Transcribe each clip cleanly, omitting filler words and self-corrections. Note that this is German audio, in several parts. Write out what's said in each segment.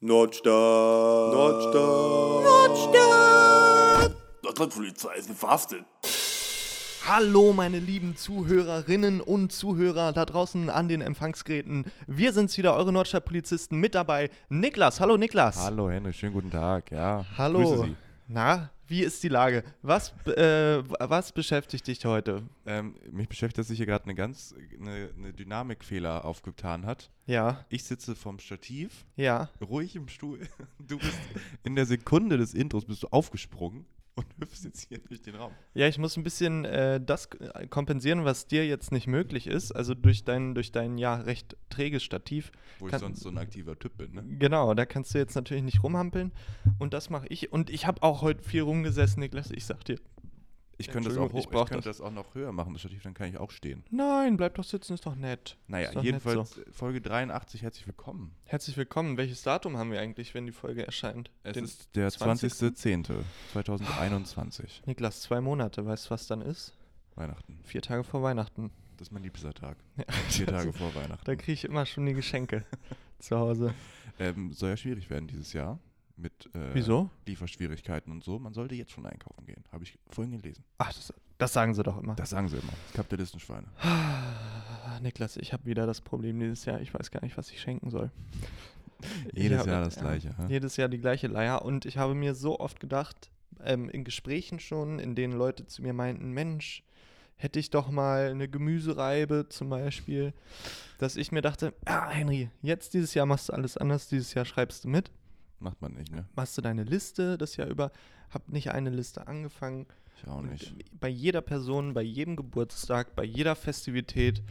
Nordstadt. Nordstadt. Nordstadt. Nordstadtpolizei ist verhaftet. Hallo meine lieben Zuhörerinnen und Zuhörer da draußen an den Empfangsgeräten. Wir sind's wieder, eure Nordstadtpolizisten, mit dabei Niklas. Hallo Niklas. Hallo Henry, schönen guten Tag. Ja, Hallo. Grüße Sie. Na, wie ist die Lage? Was beschäftigt dich heute? Mich beschäftigt, dass sich hier gerade eine Dynamikfehler aufgetan hat. Ja, Ich sitze vorm Stativ, ja. ruhig im Stuhl. Du bist in der Sekunde des Intros bist du aufgesprungen und hüpfst jetzt hier durch den Raum. Ja, ich muss ein bisschen das kompensieren, was dir jetzt nicht möglich ist. Also durch dein ja recht träges Stativ. Wo ich sonst so ein aktiver Typ bin, ne? Genau, da kannst du jetzt natürlich nicht rumhampeln. Und das mache ich. Und ich habe auch heute viel rumgesessen, Niklas. Ich sag dir. Ich könnte das auch noch höher machen, das Stativ, dann kann ich auch stehen. Nein, bleib doch sitzen, ist doch nett. Naja, Ist doch jedenfalls nett so. Folge 83, herzlich willkommen. Herzlich willkommen. Welches Datum haben wir eigentlich, wenn die Folge erscheint? Es Den ist der 20.. 20.10.2021. Niklas, 2 Monate. Weißt du, was dann ist? Weihnachten. 4 Tage vor Weihnachten. Das ist mein liebster Tag. Ja, 4 Tage vor Weihnachten. Da kriege ich immer schon die Geschenke zu Hause. Soll ja schwierig werden dieses Jahr mit Wieso? Lieferschwierigkeiten und so. Man sollte jetzt schon einkaufen gehen. Habe ich vorhin gelesen. Ach, das sagen sie doch immer. Das sagen sie immer. Kapitalistenschweine. Niklas, ich habe wieder das Problem dieses Jahr. Ich weiß gar nicht, was ich schenken soll. Jedes Jahr das Gleiche. Ja. Jedes Jahr die gleiche Leier. Und ich habe mir so oft gedacht, in Gesprächen schon, in denen Leute zu mir meinten, Mensch, hätte ich doch mal eine Gemüsereibe zum Beispiel, dass ich mir dachte, Henry, jetzt dieses Jahr machst du alles anders, dieses Jahr schreibst du mit. Macht man nicht, ne? Machst du deine Liste das Jahr über, hab nicht eine Liste angefangen. Ich auch nicht. Und bei jeder Person, bei jedem Geburtstag, bei jeder Festivität,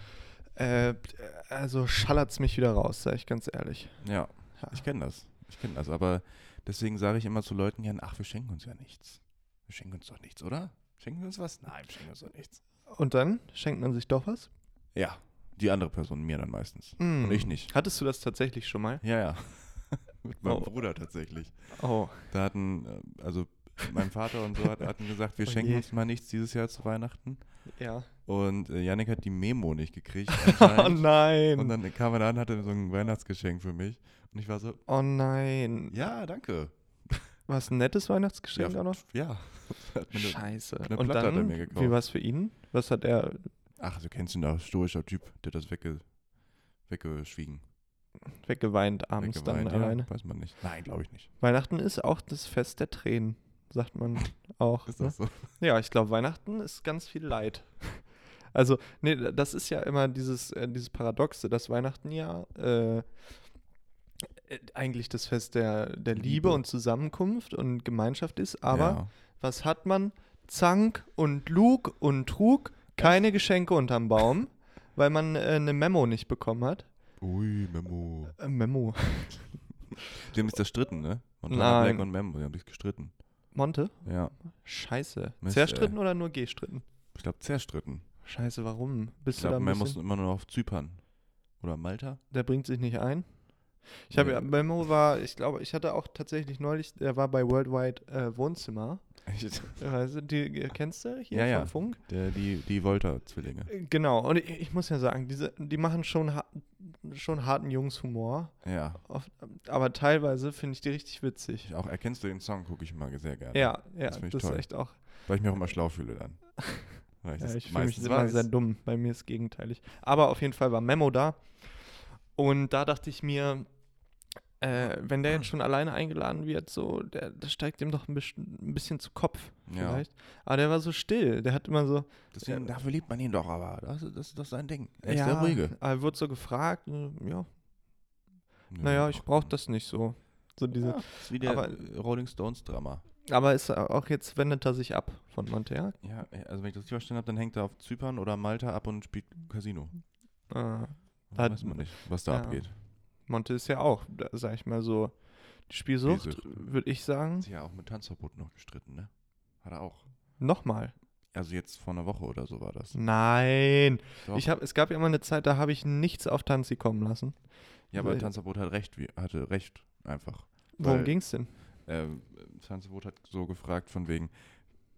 also schallert's mich wieder raus, sag ich ganz ehrlich. Ja, ich kenne das. Aber deswegen sage ich immer zu Leuten, ja, ach, wir schenken uns ja nichts. Wir schenken uns doch nichts, oder? Schenken wir uns was? Nein, wir schenken uns doch nichts. Und dann schenkt man sich doch was? Ja, die andere Person mir dann meistens. Und ich nicht. Hattest du das tatsächlich schon mal? Ja. Mit meinem Bruder tatsächlich. Oh. Da hatten, also mein Vater und so hatten gesagt, wir schenken uns mal nichts dieses Jahr zu Weihnachten. Ja. Und Yannick hat die Memo nicht gekriegt. Oh nein. Und dann kam er da und hatte so ein Weihnachtsgeschenk für mich. Und ich war so, oh nein. ja, danke. War es ein nettes Weihnachtsgeschenk auch noch? Ja. Scheiße. eine Und Platte dann, hat er mir gekauft. wie war es für ihn? Was hat er? Ach, du kennst ihn da, stoischer Typ, der hat das Weggeweint abends dann alleine. Weiß man nicht. Nein, glaube ich nicht. Weihnachten ist auch das Fest der Tränen, sagt man auch. Ist das so? Ja, ich glaube, Weihnachten ist ganz viel Leid. Also, nee, das ist ja immer dieses Paradoxe, dass Weihnachten ja eigentlich das Fest der Liebe und Zusammenkunft und Gemeinschaft ist, aber was hat man? Zank und Lug und Trug, keine Geschenke unterm Baum, weil man eine Memo nicht bekommen hat. Ui, Memo. Memo. Die haben sich zerstritten, ne? Nein. Black und Memo, die haben sich gestritten. Monte? Ja. Scheiße. Mist, Zerstritten oder nur gestritten? Ich glaube, zerstritten. Scheiße, warum? Ich glaube, Memo ist immer nur auf Zypern. Oder Malta? Der bringt sich nicht ein. Memo ich glaube, ich hatte auch tatsächlich neulich, der war bei Worldwide Wohnzimmer. Echt? Weißt du, die kennst du hier Ja, vom Funk? Die Volta-Zwillinge. Genau, und ich muss ja sagen, die machen schon harten Jungshumor. Ja. Aber teilweise finde ich die richtig witzig. Auch erkennst du den Song, gucke ich immer sehr gerne. Ja, das finde ich das toll. ist echt auch. Weil ich mich auch immer schlau fühle dann. Ich fühle mich immer sehr dumm, bei mir ist gegenteilig. Aber auf jeden Fall war Memo da. Und da dachte ich mir, wenn der jetzt schon alleine eingeladen wird, so, das steigt ihm doch ein bisschen zu Kopf vielleicht. Ja. Aber der war so still, der hat immer so... Deswegen, dafür liebt man ihn doch, aber das ist doch sein Ding. Er ist ja, der Ruhige. Er wird so gefragt, naja, ich brauche das nicht so. So diese, das ist wie der Rolling Stones Drama. Aber ist auch jetzt, wendet er sich ab von Monte, ja? Ja, also wenn ich das richtig verstanden habe, dann hängt er auf Zypern oder Malta ab und spielt Casino. Da weiß man nicht, was da abgeht. Monte ist ja auch, sag ich mal so, die Spielsucht, würde ich sagen. Hat sich ja auch mit Tanzverbot noch gestritten, ne? Hat er auch. Nochmal? Also jetzt vor einer Woche oder so war das. Nein. Doch. Es gab ja immer eine Zeit, da habe ich nichts auf Tanzi kommen lassen. Ja, aber Tanzverbot hatte recht einfach. Worum ging's denn? Tanzverbot hat so gefragt von wegen,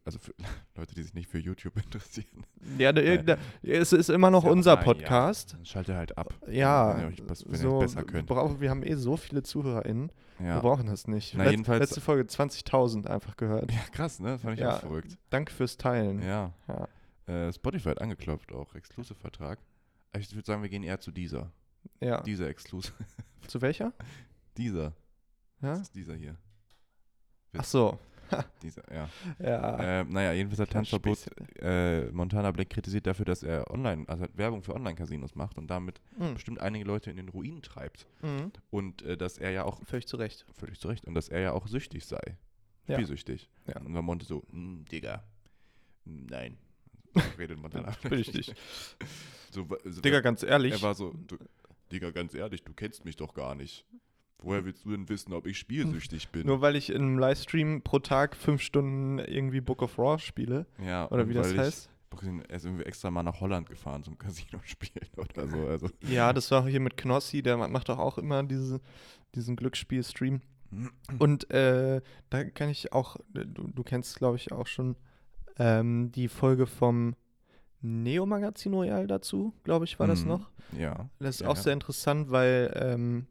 also für Leute, die sich nicht für YouTube interessieren. Ja, es ist immer noch unser Podcast. Dann schaltet halt ab. Ja, wenn ihr besser könnt. Wir haben so viele ZuhörerInnen. Ja. Wir brauchen das nicht. Jedenfalls, letzte Folge 20.000 einfach gehört. Ja, krass, ne? Fand ich auch verrückt. Danke fürs Teilen. Ja. Spotify hat angeklopft auch. Exclusive-Vertrag. Ich würde sagen, wir gehen eher zu dieser. Ja. Dieser Exclusive. Zu welcher? Dieser. Ja? Das ist dieser hier. Ach so. Dieser, ja. Ja. Jedenfalls hat Tanzverbot Montana Black kritisiert dafür, dass er Werbung für Online-Casinos macht und damit bestimmt einige Leute in den Ruin treibt. Und dass er ja auch... Völlig zu Recht. Und dass er ja auch süchtig sei. Spielsüchtig. Ja. Und dann Monte so, Digga, nein. Redet Montana Black. Richtig. So, Digga, ganz ehrlich. Er war so, Digga, ganz ehrlich, du kennst mich doch gar nicht. Woher willst du denn wissen, ob ich spielsüchtig bin? Nur weil ich in einem Livestream pro Tag 5 Stunden irgendwie Book of Raw spiele. Ja. Oder wie das heißt. Er ist irgendwie extra mal nach Holland gefahren zum Casino-Spielen oder so. Also. Ja, das war hier mit Knossi, der macht doch auch immer diesen Glücksspiel-Stream. Und da kann ich auch, du kennst glaube ich auch schon die Folge vom Neo-Magazin Royal dazu, glaube ich, war das noch. Ja. Das ist auch sehr interessant, weil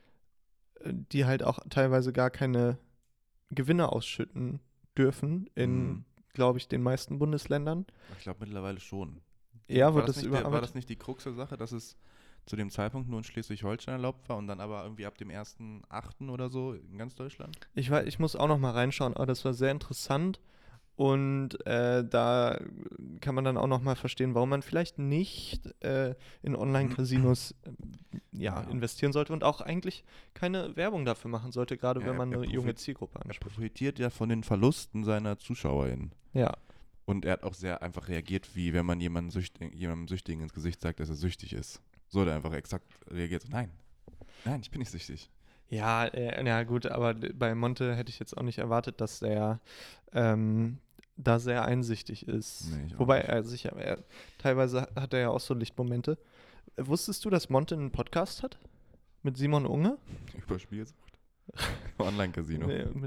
die halt auch teilweise gar keine Gewinne ausschütten dürfen in, glaube ich, den meisten Bundesländern. Ich glaube mittlerweile schon. Ja, war das nicht die Krux der Sache, dass es zu dem Zeitpunkt nur in Schleswig-Holstein erlaubt war und dann aber irgendwie ab dem 1.8. oder so in ganz Deutschland? Ich muss auch noch mal reinschauen, aber das war sehr interessant. Und da kann man dann auch nochmal verstehen, warum man vielleicht nicht in Online-Casinos investieren sollte und auch eigentlich keine Werbung dafür machen sollte, gerade wenn man eine junge Zielgruppe anspricht. Er profitiert ja von den Verlusten seiner ZuschauerInnen. Ja. Und er hat auch sehr einfach reagiert, wie wenn man jemandem Süchtigen ins Gesicht sagt, dass er süchtig ist. So hat er einfach exakt reagiert. So, nein, ich bin nicht süchtig. Ja, gut, aber bei Monte hätte ich jetzt auch nicht erwartet, dass er da sehr einsichtig ist. Nee, Wobei teilweise hat er ja auch so Lichtmomente. Wusstest du, dass Monte einen Podcast hat? Mit Simon Unge? Über Spielsucht? Online-Casino?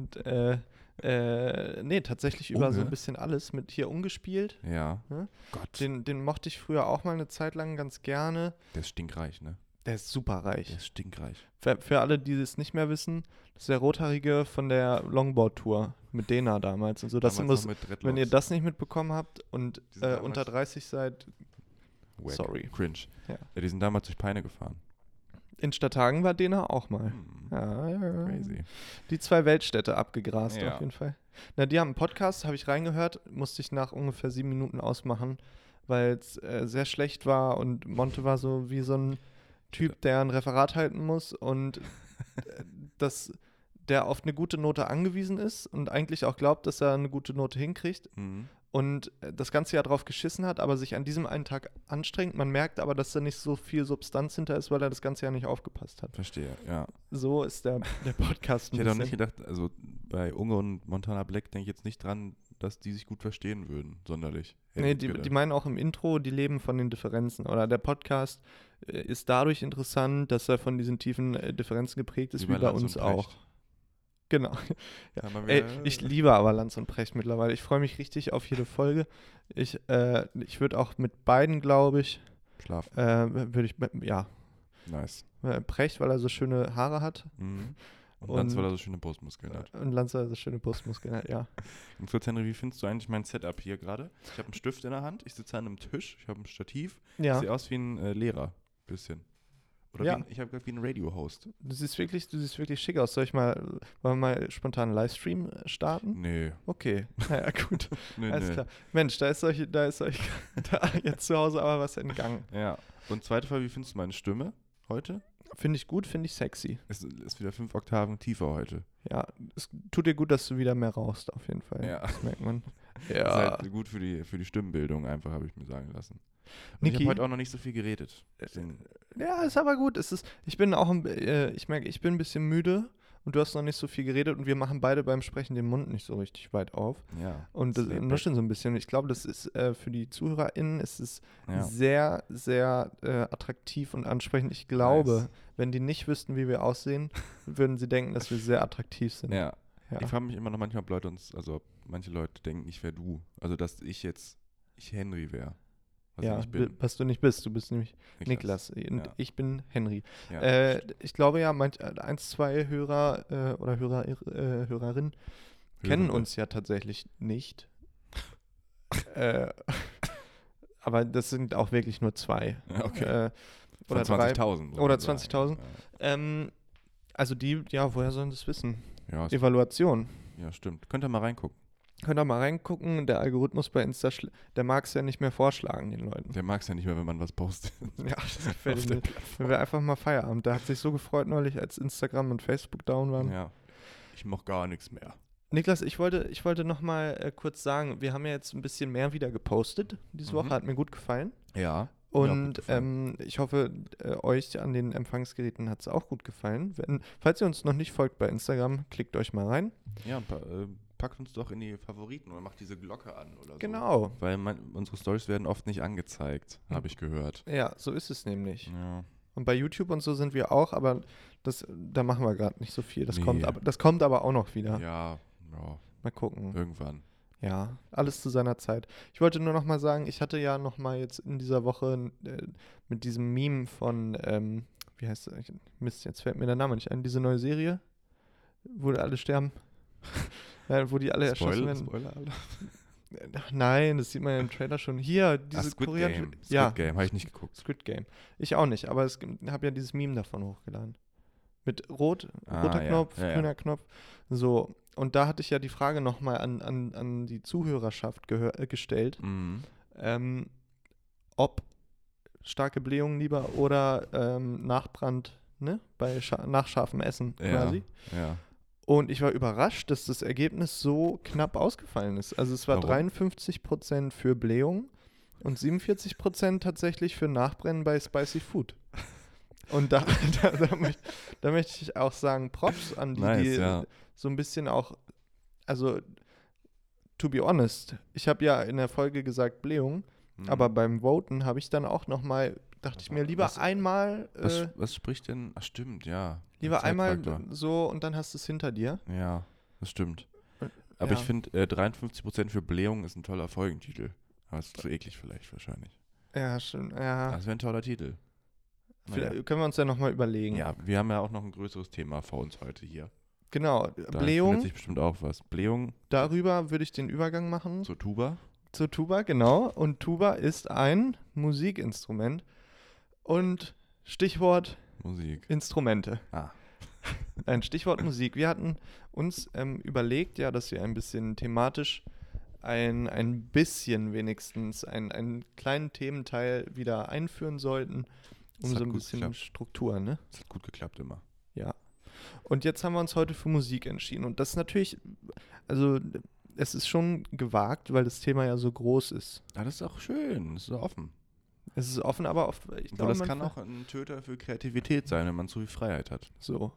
Nee, tatsächlich über so ein bisschen alles. Mit hier Ungespielt. Ja. Gott. Den mochte ich früher auch mal eine Zeit lang ganz gerne. Der ist stinkreich, ne? Der ist super reich. Der ist stinkreich. Für alle, die es nicht mehr wissen, das ist der Rothaarige von der Longboard-Tour mit Dena damals und so. Wenn ihr das nicht mitbekommen habt und unter 30 seid, wack. Sorry. Cringe. Ja. Die sind damals durch Peine gefahren. In Stadthagen war Dena auch mal. Ja. Crazy. Die 2 Weltstädte abgegrast Ja. auf jeden Fall. Na, die haben einen Podcast, habe ich reingehört, musste ich nach ungefähr 7 Minuten ausmachen, weil es sehr schlecht war und Monte war so wie so ein Typ, der ein Referat halten muss und dass der auf eine gute Note angewiesen ist und eigentlich auch glaubt, dass er eine gute Note hinkriegt und das ganze Jahr drauf geschissen hat, aber sich an diesem einen Tag anstrengt. Man merkt aber, dass da nicht so viel Substanz hinter ist, weil er das ganze Jahr nicht aufgepasst hat. Verstehe, ja. So ist der Podcast ein Ich hätte auch bisschen. nicht gedacht, also bei Unge und Montana Black denke ich jetzt nicht dran, dass die sich gut verstehen würden, sonderlich. Nee, die meinen auch im Intro, die leben von den Differenzen. Oder der Podcast ist dadurch interessant, dass er von diesen tiefen Differenzen geprägt ist, wie bei uns auch. Genau. Ja. Ich liebe aber Lanz und Precht mittlerweile. Ich freue mich richtig auf jede Folge. Ich würde auch mit beiden, glaube ich, schlafen. Nice. Precht, weil er so schöne Haare hat. Und Lanz, weil er so schöne Brustmuskeln hat. Und Lanz, weil er so schöne Brustmuskeln hat, ja. Und kurz, Henry, wie findest du eigentlich mein Setup hier gerade? Ich habe einen Stift in der Hand, ich sitze an einem Tisch, ich habe ein Stativ. Ja. Ich sehe aus wie ein Lehrer, bisschen. Oder ich habe gerade wie ein Radio-Host. Du siehst wirklich schick aus. Wollen wir mal spontan einen Livestream starten? Nee. Okay, naja, gut. Alles nee. klar. Mensch, da ist euch da jetzt zu Hause aber was entgangen. Ja. Und zweite Frage, wie findest du meine Stimme heute? Finde ich gut, finde ich sexy. Es ist wieder 5 Oktaven tiefer heute. Ja, es tut dir gut, dass du wieder mehr rauchst, auf jeden Fall. Ja. Das merkt man. Ja. Das ist halt gut für die Stimmbildung einfach, habe ich mir sagen lassen. Und ich habe heute auch noch nicht so viel geredet. Ja, ist aber gut. Ich bin ein bisschen müde und du hast noch nicht so viel geredet und wir machen beide beim Sprechen den Mund nicht so richtig weit auf. Ja. Und das nuscheln so ein bisschen. Ich glaube, das ist für die ZuhörerInnen ja. sehr, sehr attraktiv und ansprechend. Ich glaube, wenn die nicht wüssten, wie wir aussehen, würden sie denken, dass wir sehr attraktiv sind. Ja. Ja. Ich frage mich immer noch manchmal, ob manche Leute denken, ich wäre du. Also, dass ich Henry wäre. Ja, was du nicht bist. Du bist nämlich Niklas. Und ich bin Henry. Ja, ich glaube ja, 2 Hörer oder Hörerinnen kennen uns ja tatsächlich nicht. Aber das sind auch wirklich nur 2. Ja, okay. Oder 20.000. Oder 20.000. Ja. Also woher sollen das wissen? Ja, Evaluation. Ja, stimmt. Könnt ihr mal reingucken. Der Algorithmus bei Insta, der mag es ja nicht mehr vorschlagen, den Leuten. Der mag es ja nicht mehr, wenn man was postet. Ja, das gefällt ihm nicht. Wenn wir einfach mal Feierabend. Der hat sich so gefreut neulich, als Instagram und Facebook down waren. Ja, ich mach gar nichts mehr. Niklas, ich wollte noch mal kurz sagen, wir haben ja jetzt ein bisschen mehr wieder gepostet. Diese Woche hat mir gut gefallen. Ja. Und ich hoffe, euch an den Empfangsgeräten hat es auch gut gefallen. Falls ihr uns noch nicht folgt bei Instagram, klickt euch mal rein. Ja, und packt uns doch in die Favoriten oder macht diese Glocke an oder so. Genau. Weil unsere Stories werden oft nicht angezeigt, habe ich gehört. Ja, so ist es nämlich. Ja. Und bei YouTube und so sind wir auch, aber da machen wir gerade nicht so viel. Das kommt aber auch noch wieder. Ja. Mal gucken. Irgendwann. Ja, alles zu seiner Zeit. Ich wollte nur noch mal sagen, ich hatte ja noch mal jetzt in dieser Woche mit diesem Meme von, wie heißt das? Mist, jetzt fällt mir der Name nicht ein. Diese neue Serie, wo alle sterben. Ja, wo die alle erschossen werden. Spoiler alle? Nein, das sieht man ja im Trailer schon. Hier, diese Squid koreanische... Game. Squid Game, habe ich nicht geguckt. Squid Game. Ich auch nicht, aber ich habe ja dieses Meme davon hochgeladen. Mit roter Knopf, grüner Knopf. So, und da hatte ich ja die Frage nochmal an die Zuhörerschaft gestellt, ob starke Blähungen lieber oder Nachbrand, ne, nach scharfem Essen quasi. Ja. Und ich war überrascht, dass das Ergebnis so knapp ausgefallen ist. Also es war 53% für Blähung und 47% tatsächlich für Nachbrennen bei Spicy Food. Und da möchte ich auch sagen, Props an die so ein bisschen auch, also to be honest, ich habe ja in der Folge gesagt Blähung, aber beim Voten habe ich dann auch nochmal, dachte ich mir, lieber einmal... was spricht denn? Ach stimmt, ja. Lieber einmal so und dann hast du es hinter dir. Ja, das stimmt. Aber ich finde, 53% für Blähung ist ein toller Folgentitel. Aber es ist zu eklig wahrscheinlich. Ja, stimmt. Ja. Das wäre ein toller Titel. Vielleicht können wir uns ja nochmal überlegen. Ja, wir haben ja auch noch ein größeres Thema vor uns heute hier. Genau, Da Blähung. findet sich bestimmt auch was. Blähung. Darüber würde ich den Übergang machen. Zur Tuba. Zur Tuba, genau. Und Tuba ist ein Musikinstrument. Und Stichwort Musik. Instrumente. Ah. Ein Stichwort Musik. Wir hatten uns überlegt, ja, dass wir ein bisschen thematisch ein bisschen wenigstens einen kleinen Thementeil wieder einführen sollten, um so ein bisschen Struktur, ne? Das hat gut geklappt immer. Ja. Und jetzt haben wir uns heute für Musik entschieden. Und das ist natürlich, also es ist schon gewagt, weil das Thema ja so groß ist. Ja, das ist auch schön. Das ist so offen. Es ist offen, aber ich glaube, das kann auch ein Töter für Kreativität sein, wenn man zu viel Freiheit hat. So.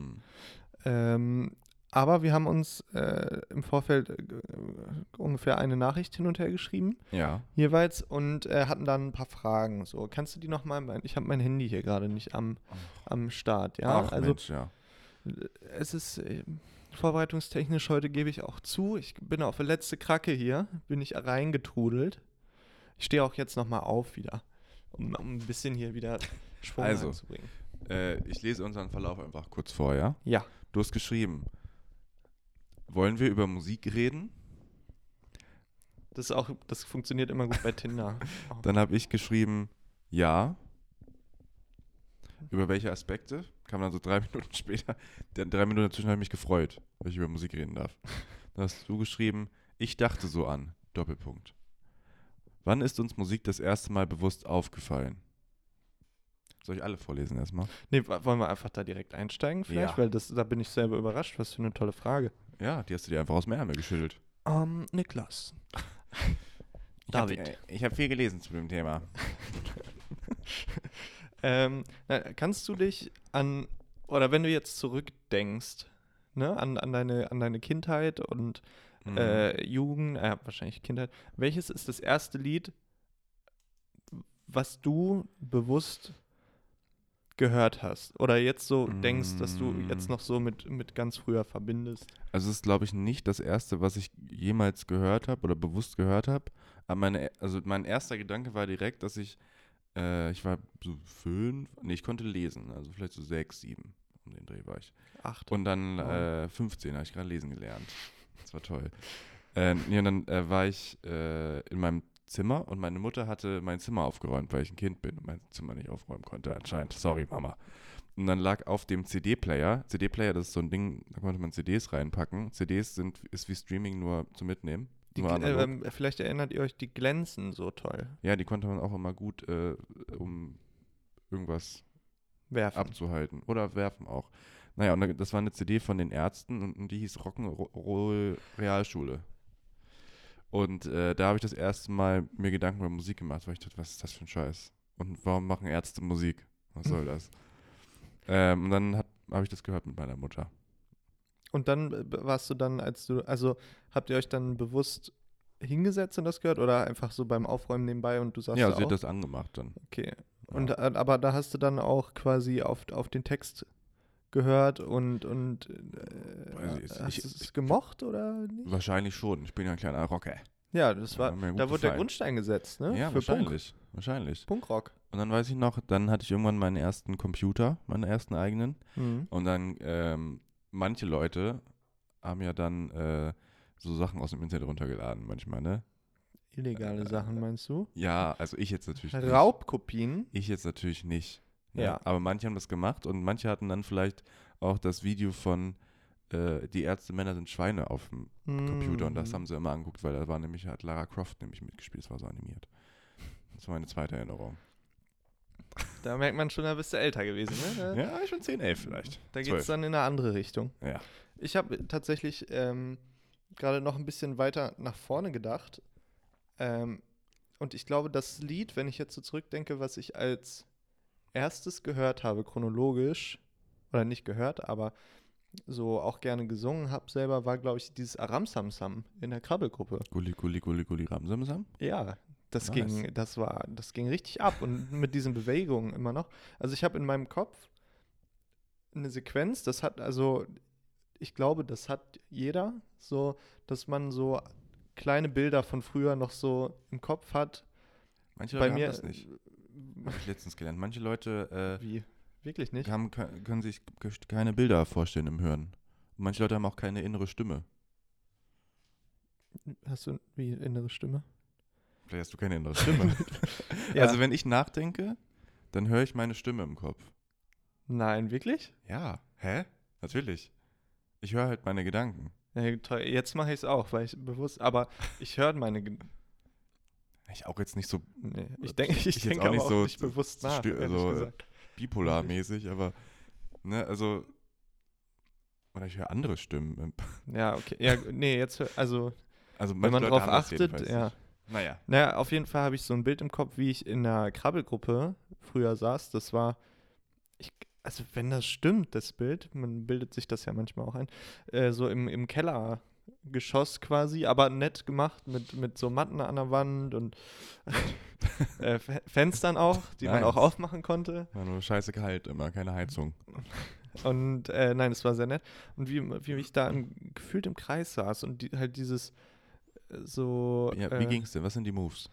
Aber wir haben uns im Vorfeld ungefähr eine Nachricht hin und her geschrieben. Ja. Jeweils und hatten dann ein paar Fragen. So, kannst du die nochmal? Ich habe mein Handy hier gerade nicht am Start. Ja, Ach, also Mensch, ja. Es ist vorbereitungstechnisch heute, gebe ich auch zu. Ich bin auf der letzte Kracke hier, bin ich reingetrudelt. Ich stehe auch jetzt nochmal auf wieder, um ein bisschen hier wieder Schwung reinzubringen. Ich lese unseren Verlauf einfach kurz vor, ja? Ja. Du hast geschrieben, wollen wir über Musik reden? Das funktioniert immer gut bei Tinder. Dann habe ich geschrieben, ja. Über welche Aspekte? Kam dann so 3 Minuten später. 3 Minuten dazwischen habe ich mich gefreut, weil ich über Musik reden darf. Dann hast du geschrieben, ich dachte so an, Doppelpunkt. Wann ist uns Musik das erste Mal bewusst aufgefallen? Soll ich alle vorlesen erstmal? Nee, wollen wir einfach da direkt einsteigen vielleicht? Ja. Weil da bin ich selber überrascht. Was für eine tolle Frage. Ja, die hast du dir einfach aus dem Ärmel geschüttelt. Niklas. David. Ich habe viel gelesen zu dem Thema. Kannst du dich oder wenn du jetzt zurückdenkst, ne, an deine Kindheit und Jugend, wahrscheinlich Kindheit, welches ist das erste Lied, was du bewusst gehört hast oder jetzt so denkst, dass du jetzt noch so mit ganz früher verbindest? Also es ist, glaube ich, nicht das Erste, was ich jemals gehört habe oder bewusst gehört habe. Aber mein erster Gedanke war direkt, dass ich war so 5, ich konnte lesen, also vielleicht so 6, 7, um den Dreh war ich. 8. Und dann 15 habe ich gerade lesen gelernt. Das war toll. Und dann war ich in meinem Zimmer und meine Mutter hatte mein Zimmer aufgeräumt, weil ich ein Kind bin und mein Zimmer nicht aufräumen konnte anscheinend. Sorry, Mama. Und dann lag auf dem CD-Player, das ist so ein Ding, da konnte man CDs reinpacken. CDs ist wie Streaming nur zum Mitnehmen. Vielleicht erinnert ihr euch, die glänzen so toll. Ja, die konnte man auch immer gut, um irgendwas abzuhalten. Oder werfen auch. Naja, und das war eine CD von den Ärzten und die hieß Rock'n'Roll Realschule. Und da habe ich das erste Mal mir Gedanken über Musik gemacht, weil ich dachte, was ist das für ein Scheiß? Und warum machen Ärzte Musik? Was soll das? Und dann habe ich das gehört mit meiner Mutter. Und dann warst du dann, habt ihr euch dann bewusst hingesetzt und das gehört oder einfach so beim Aufräumen nebenbei und du sagst ja, sie hat das angemacht dann. Okay. Ja. Und aber da hast du dann auch quasi auf den Text gehört und hast du es gemocht oder nicht? Wahrscheinlich schon. Ich bin ja ein kleiner Rocker. Ja, da wurde der Grundstein gesetzt, ne? Ja, für wahrscheinlich. Punkrock. Und dann weiß ich noch, dann hatte ich irgendwann meinen ersten Computer, meinen ersten eigenen. Mhm. Und dann manche Leute haben ja dann so Sachen aus dem Internet runtergeladen manchmal, ne? Illegale Sachen, meinst du? Ja, also ich jetzt natürlich nicht. Raubkopien? Ich jetzt natürlich nicht. Ne? Ja. Aber manche haben das gemacht und manche hatten dann vielleicht auch das Video von Die Ärzte Männer sind Schweine auf dem Computer und das haben sie immer angeguckt, weil hat Lara Croft nämlich mitgespielt, das war so animiert. Das war meine zweite Erinnerung. Da merkt man schon, da bist du älter gewesen, ne? Ja, schon 10, 11 vielleicht. Da geht es dann in eine andere Richtung. Ja. Ich habe tatsächlich gerade noch ein bisschen weiter nach vorne gedacht. Und ich glaube, das Lied, wenn ich jetzt so zurückdenke, was ich als erstes gehört habe, chronologisch, oder nicht gehört, aber so auch gerne gesungen habe selber, war, glaube ich, dieses Aramsamsam in der Krabbelgruppe. Gulli, Gulli, Gulli, Gulli, Ramsamsam? Ja, das Nice. ging richtig ab und mit diesen Bewegungen immer noch. Also ich habe in meinem Kopf eine Sequenz, ich glaube, das hat jeder, so, dass man so kleine Bilder von früher noch so im Kopf hat. Manche Leute haben das nicht. Habe ich letztens gelernt. Manche Leute Wie? Wirklich nicht? können sich keine Bilder vorstellen im Hören. Und manche Leute haben auch keine innere Stimme. Hast du wie innere Stimme? Vielleicht hast du keine innere Stimme. Ja. Also wenn ich nachdenke, dann höre ich meine Stimme im Kopf. Nein, wirklich? Ja. Hä? Natürlich. Ich höre halt meine Gedanken. Ja, toll. Jetzt mache ich es auch, weil ich bewusst, aber ich höre meine Ich auch jetzt nicht so. Nee, ich denke auch aber nicht auch so nicht bewusst nach, ehrlich gesagt. Bipolarmäßig, aber ne, also oder ich höre andere Stimmen. Ja, okay. Ja, nee, jetzt also wenn man Leute drauf haben das achtet, jedenfalls ja. nicht. Naja. Naja, auf jeden Fall habe ich so ein Bild im Kopf, wie ich in einer Krabbelgruppe früher saß. Das war, also wenn das stimmt, das Bild, man bildet sich das ja manchmal auch ein, so im Kellergeschoss quasi, aber nett gemacht mit so Matten an der Wand und Fenstern auch, die man auch aufmachen konnte. War nur scheiße kalt immer, keine Heizung. Und nein, es war sehr nett. Und wie ich da gefühlt im Kreis saß und halt dieses so. Ja, wie ging's denn? Was sind die Moves?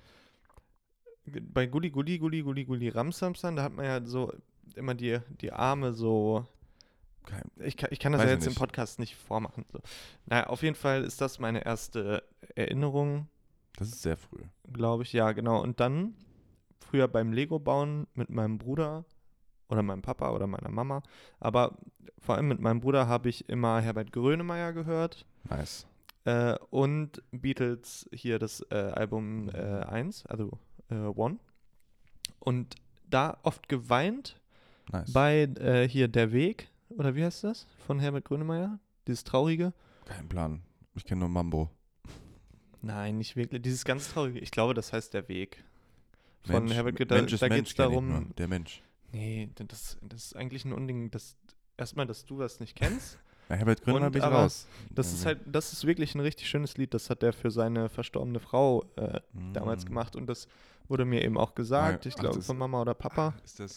Bei Gulli, Gulli, Gulli, Gulli, Gulli, Ramsamsan, da hat man ja so immer die Arme so. Ich kann das ja jetzt im Podcast nicht vormachen. So. Naja, auf jeden Fall ist das meine erste Erinnerung. Das ist sehr früh. Glaube ich, ja, genau. Und dann früher beim Lego-Bauen mit meinem Bruder oder meinem Papa oder meiner Mama. Aber vor allem mit meinem Bruder habe ich immer Herbert Grönemeyer gehört. Nice. Und Beatles hier das Album 1, also One. Und da oft geweint. Nice. Bei hier Der Weg, oder wie heißt das? Von Herbert Grönemeyer. Dieses Traurige. Kein Plan. Ich kenne nur Mambo. Nein, nicht wirklich. Dieses ganz Traurige. Ich glaube, das heißt Der Weg. Von Mensch, Herbert Mensch ist da geht Mensch, es darum. nur. Der Mensch. Nee, das ist eigentlich ein Unding, erstmal, dass du das nicht kennst. Ja, Herbert Grönemeyer bin ich aber raus. Das ist wirklich ein richtig schönes Lied. Das hat er für seine verstorbene Frau damals gemacht und das wurde mir eben auch gesagt. Ich glaube von Mama oder Papa. Ist das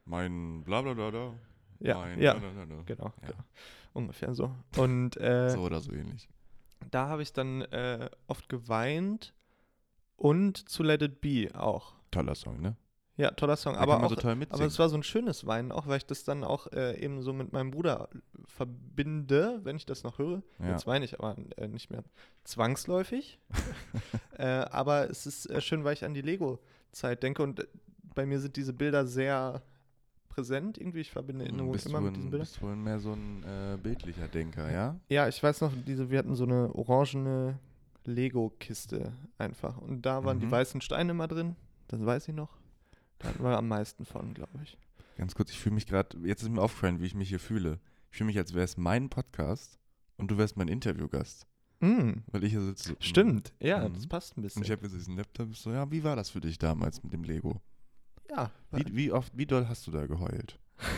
Mein Blablabla. Ja, genau. Ungefähr so. Und so oder so ähnlich. Da habe ich dann oft geweint und zu Let It Be auch. Toller Song, ne? Ja, toller Song. Da aber kann man auch, so toll mitsingen. aber es war so ein schönes Weinen, auch weil ich das dann auch eben so mit meinem Bruder verbinde, wenn ich das noch höre. Ja. Jetzt weine ich aber nicht mehr zwangsläufig. Aber es ist schön, weil ich an die Lego-Zeit denke und bei mir sind diese Bilder sehr präsent irgendwie. Ich verbinde Erinnerungen immer mit diesen Bildern. Bist wohl mehr so ein bildlicher Denker, ja? Ja, ich weiß noch, wir hatten so eine orangene Lego-Kiste einfach. Und da waren die weißen Steine immer drin. Das weiß ich noch. Da hatten wir am meisten von, glaube ich. Ganz kurz, ich fühle mich gerade, jetzt ist mir aufgefallen, wie ich mich hier fühle. Ich fühle mich, als wäre es mein Podcast und du wärst mein Interviewgast. Weil ich hier sitze. Stimmt, ja, das passt ein bisschen. Und ich habe jetzt diesen Laptop, so, ja, wie war das für dich damals mit dem Lego? Ja. Wie doll hast du da geheult?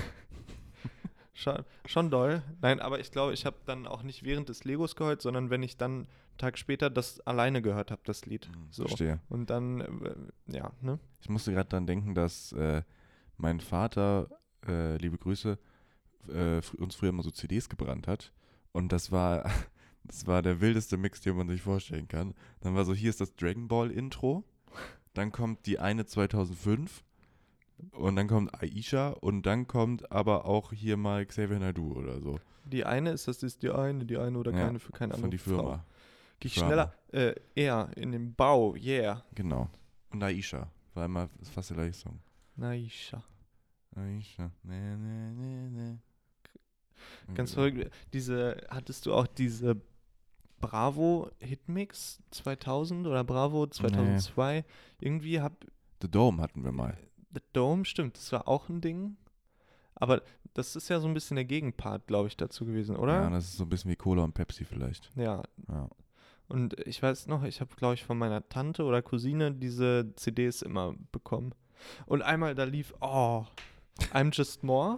Schon doll. Nein, aber ich glaube, ich habe dann auch nicht während des Legos geheult, sondern wenn ich dann einen Tag später das alleine gehört habe, das Lied. So. Verstehe. Und dann, ne? Ich musste gerade dran denken, dass mein Vater, liebe Grüße, uns früher immer so CDs gebrannt hat. Und das war der wildeste Mix, den man sich vorstellen kann. Dann war so, hier ist das Dragon Ball Intro. Dann kommt die eine 2005. Und dann kommt Aisha und dann kommt aber auch hier mal Xavier Naidoo oder so. Die eine ist die eine oder keine für keine andere von die Firma. Frau. Geh schneller, eher in den Bau, yeah. Genau. Und Aisha, war immer fast der gleiche Song. Aisha. Ne. Ganz verrückt. Hattest du auch diese Bravo Hitmix 2000 oder Bravo 2002? Nee. Irgendwie The Dome hatten wir mal. The Dome, stimmt, das war auch ein Ding. Aber das ist ja so ein bisschen der Gegenpart, glaube ich, dazu gewesen, oder? Ja, das ist so ein bisschen wie Cola und Pepsi vielleicht. Ja. Und ich weiß noch, ich habe, glaube ich, von meiner Tante oder Cousine diese CDs immer bekommen. Und einmal da lief, I'm Just More.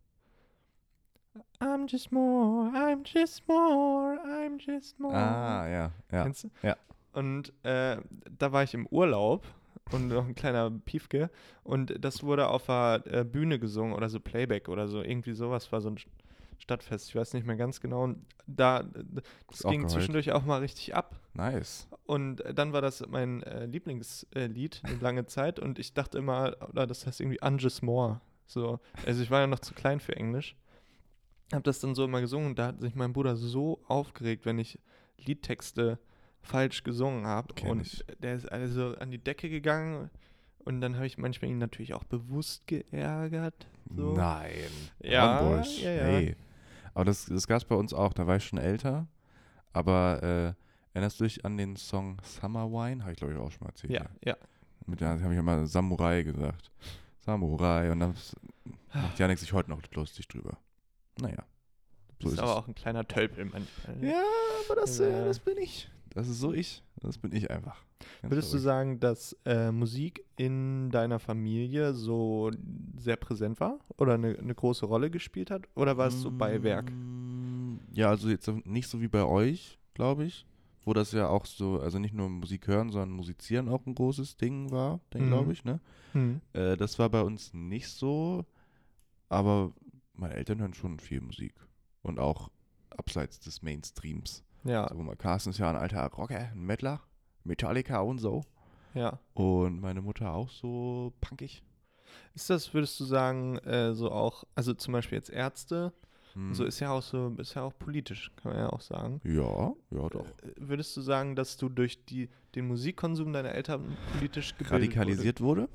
I'm just more, I'm just more, I'm just more. Ah, ja. Kennst du? Ja. Und da war ich im Urlaub und noch ein kleiner Piefke und das wurde auf der Bühne gesungen oder so Playback oder so, irgendwie sowas war so ein Stadtfest, ich weiß nicht mehr ganz genau. Und das ging zwischendurch auch mal richtig ab. Nice. Und dann war das mein Lieblingslied eine lange Zeit und ich dachte immer, oder das heißt irgendwie Unjust More. So, also ich war ja noch zu klein für Englisch. Hab das dann so immer gesungen und da hat sich mein Bruder so aufgeregt, wenn ich Liedtexte falsch gesungen habe. Und der ist also an die Decke gegangen und dann habe ich manchmal ihn natürlich auch bewusst geärgert. So. Nein. Ja, ja. Hey. Aber das gab es bei uns auch, da war ich schon älter. Aber erinnerst du dich an den Song Summer Wine? Habe ich, glaube ich, auch schon mal erzählt. Ja. Mit der habe ich immer Samurai gesagt. Samurai. Und dann macht Janik sich heute noch lustig drüber. Naja. So ist aber auch ein kleiner Tölpel manchmal. Ja, aber das bin ich. Das ist so ich. Das bin ich einfach. Würdest du sagen, dass Musik in deiner Familie so sehr präsent war? Oder eine große Rolle gespielt hat? Oder war es so Beiwerk? Ja, also jetzt nicht so wie bei euch, glaube ich. Wo das ja auch so, also nicht nur Musik hören, sondern musizieren auch ein großes Ding war, glaube ich, ne? Das war bei uns nicht so. Aber meine Eltern hören schon viel Musik. Und auch abseits des Mainstreams. Ja. So, Carsten ist ja ein alter Rocker, ein Mettler, Metallica und so. Ja. Und meine Mutter auch so punkig. Ist das, würdest du sagen, so auch, also zum Beispiel jetzt Ärzte, so ist ja auch politisch, kann man ja auch sagen. Ja, doch. Würdest du sagen, dass du durch den Musikkonsum deiner Eltern politisch gebildet radikalisiert wurde?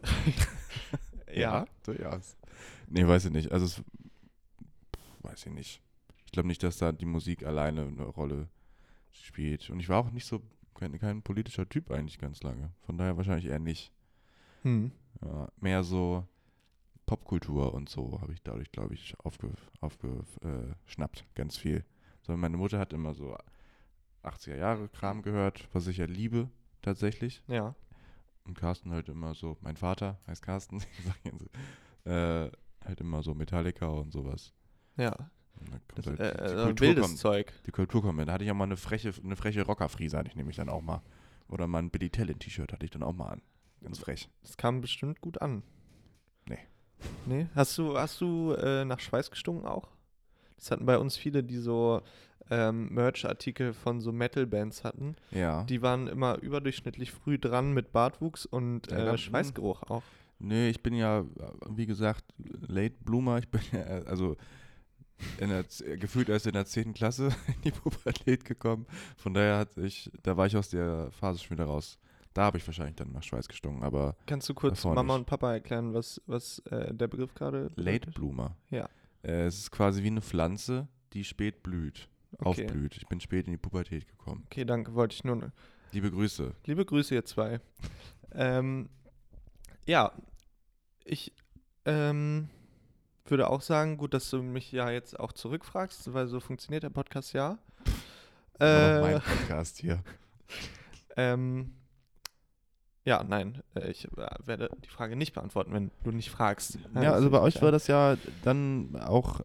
Ja. Durchaus. Nee, weiß ich nicht. Also weiß ich nicht. Ich glaube nicht, dass da die Musik alleine eine Rolle spielt. Und ich war auch nicht so kein politischer Typ eigentlich ganz lange. Von daher wahrscheinlich eher nicht. Ja, mehr so Popkultur und so habe ich dadurch, glaube ich, aufgeschnappt. Ganz viel. So, meine Mutter hat immer so 80er-Jahre-Kram gehört, was ich ja liebe, tatsächlich. Ja. Und Carsten halt immer so, mein Vater heißt Carsten, ich sag ihn so, halt immer so Metallica und sowas. Ja. Das, wildes Zeug. Die Kultur kommt. Da hatte ich auch mal eine freche Rockerfriese, hatte ich nämlich dann auch mal. Oder mal ein Billy Talent T-Shirt hatte ich dann auch mal an. Ganz frech. Das kam bestimmt gut an. Nee. Nee? Hast du nach Schweiß gestunken auch? Das hatten bei uns viele, die so Merch-Artikel von so Metal-Bands hatten. Ja. Die waren immer überdurchschnittlich früh dran mit Bartwuchs und Ja, Schweißgeruch auch. Nee, ich bin ja, wie gesagt, Late Bloomer. Ich bin ja, also gefühlt erst in der 10. Klasse in die Pubertät gekommen. Von daher da war ich aus der Phase schon wieder raus. Da habe ich wahrscheinlich dann nach Schweiß gestunken, aber Kannst du kurz davor Mama nicht. und Papa erklären, was der Begriff gerade Late bedeutet? Bloomer. Ja. Es ist quasi wie eine Pflanze, die spät blüht, Okay. aufblüht. Ich bin spät in die Pubertät gekommen. Okay, danke, wollte ich nur. Liebe Grüße. Liebe Grüße, ihr zwei. Ja, ich würde auch sagen, gut, dass du mich ja jetzt auch zurückfragst, weil so funktioniert der Podcast ja. Immer noch mein Podcast hier. Ja, nein, ich werde die Frage nicht beantworten, wenn du nicht fragst. Ja, also bei euch war das ja dann auch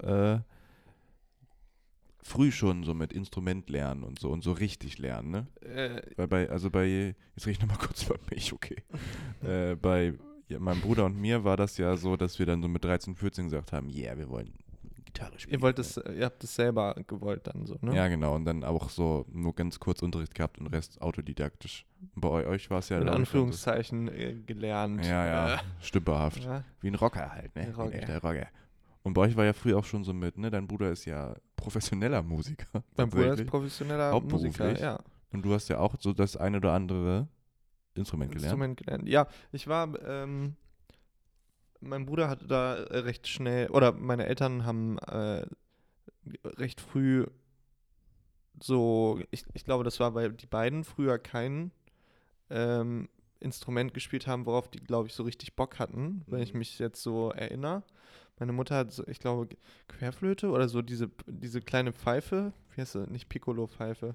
früh schon so mit Instrument lernen und so richtig lernen, ne? Jetzt rede ich nochmal kurz über mich, okay. Bei meinem Bruder und mir war das ja so, dass wir dann so mit 13, 14 gesagt haben, yeah, wir wollen Gitarre spielen. Ihr habt es selber gewollt dann so, ne? Ja, genau. Und dann auch so nur ganz kurz Unterricht gehabt und Rest autodidaktisch. Und bei euch war es ja... In Anführungszeichen gelernt. Ja, stümperhaft. Ja. Wie ein Rocker halt, ne? Ein Rocker. Wie ein echter Rocker. Und bei euch war ja früher auch schon so mit, ne? Dein Bruder ist ja professioneller Musiker. Mein Bruder ist professioneller Musiker, ja. Und du hast ja auch so das eine oder andere Instrument gelernt. Ja, ich war... mein Bruder hatte da recht schnell, oder meine Eltern haben recht früh so, ich glaube, das war, weil die beiden früher kein Instrument gespielt haben, worauf die, glaube ich, so richtig Bock hatten, wenn ich mich jetzt so erinnere. Meine Mutter hat, so, ich glaube, Querflöte oder so diese kleine Pfeife, wie heißt sie, nicht Piccolo-Pfeife,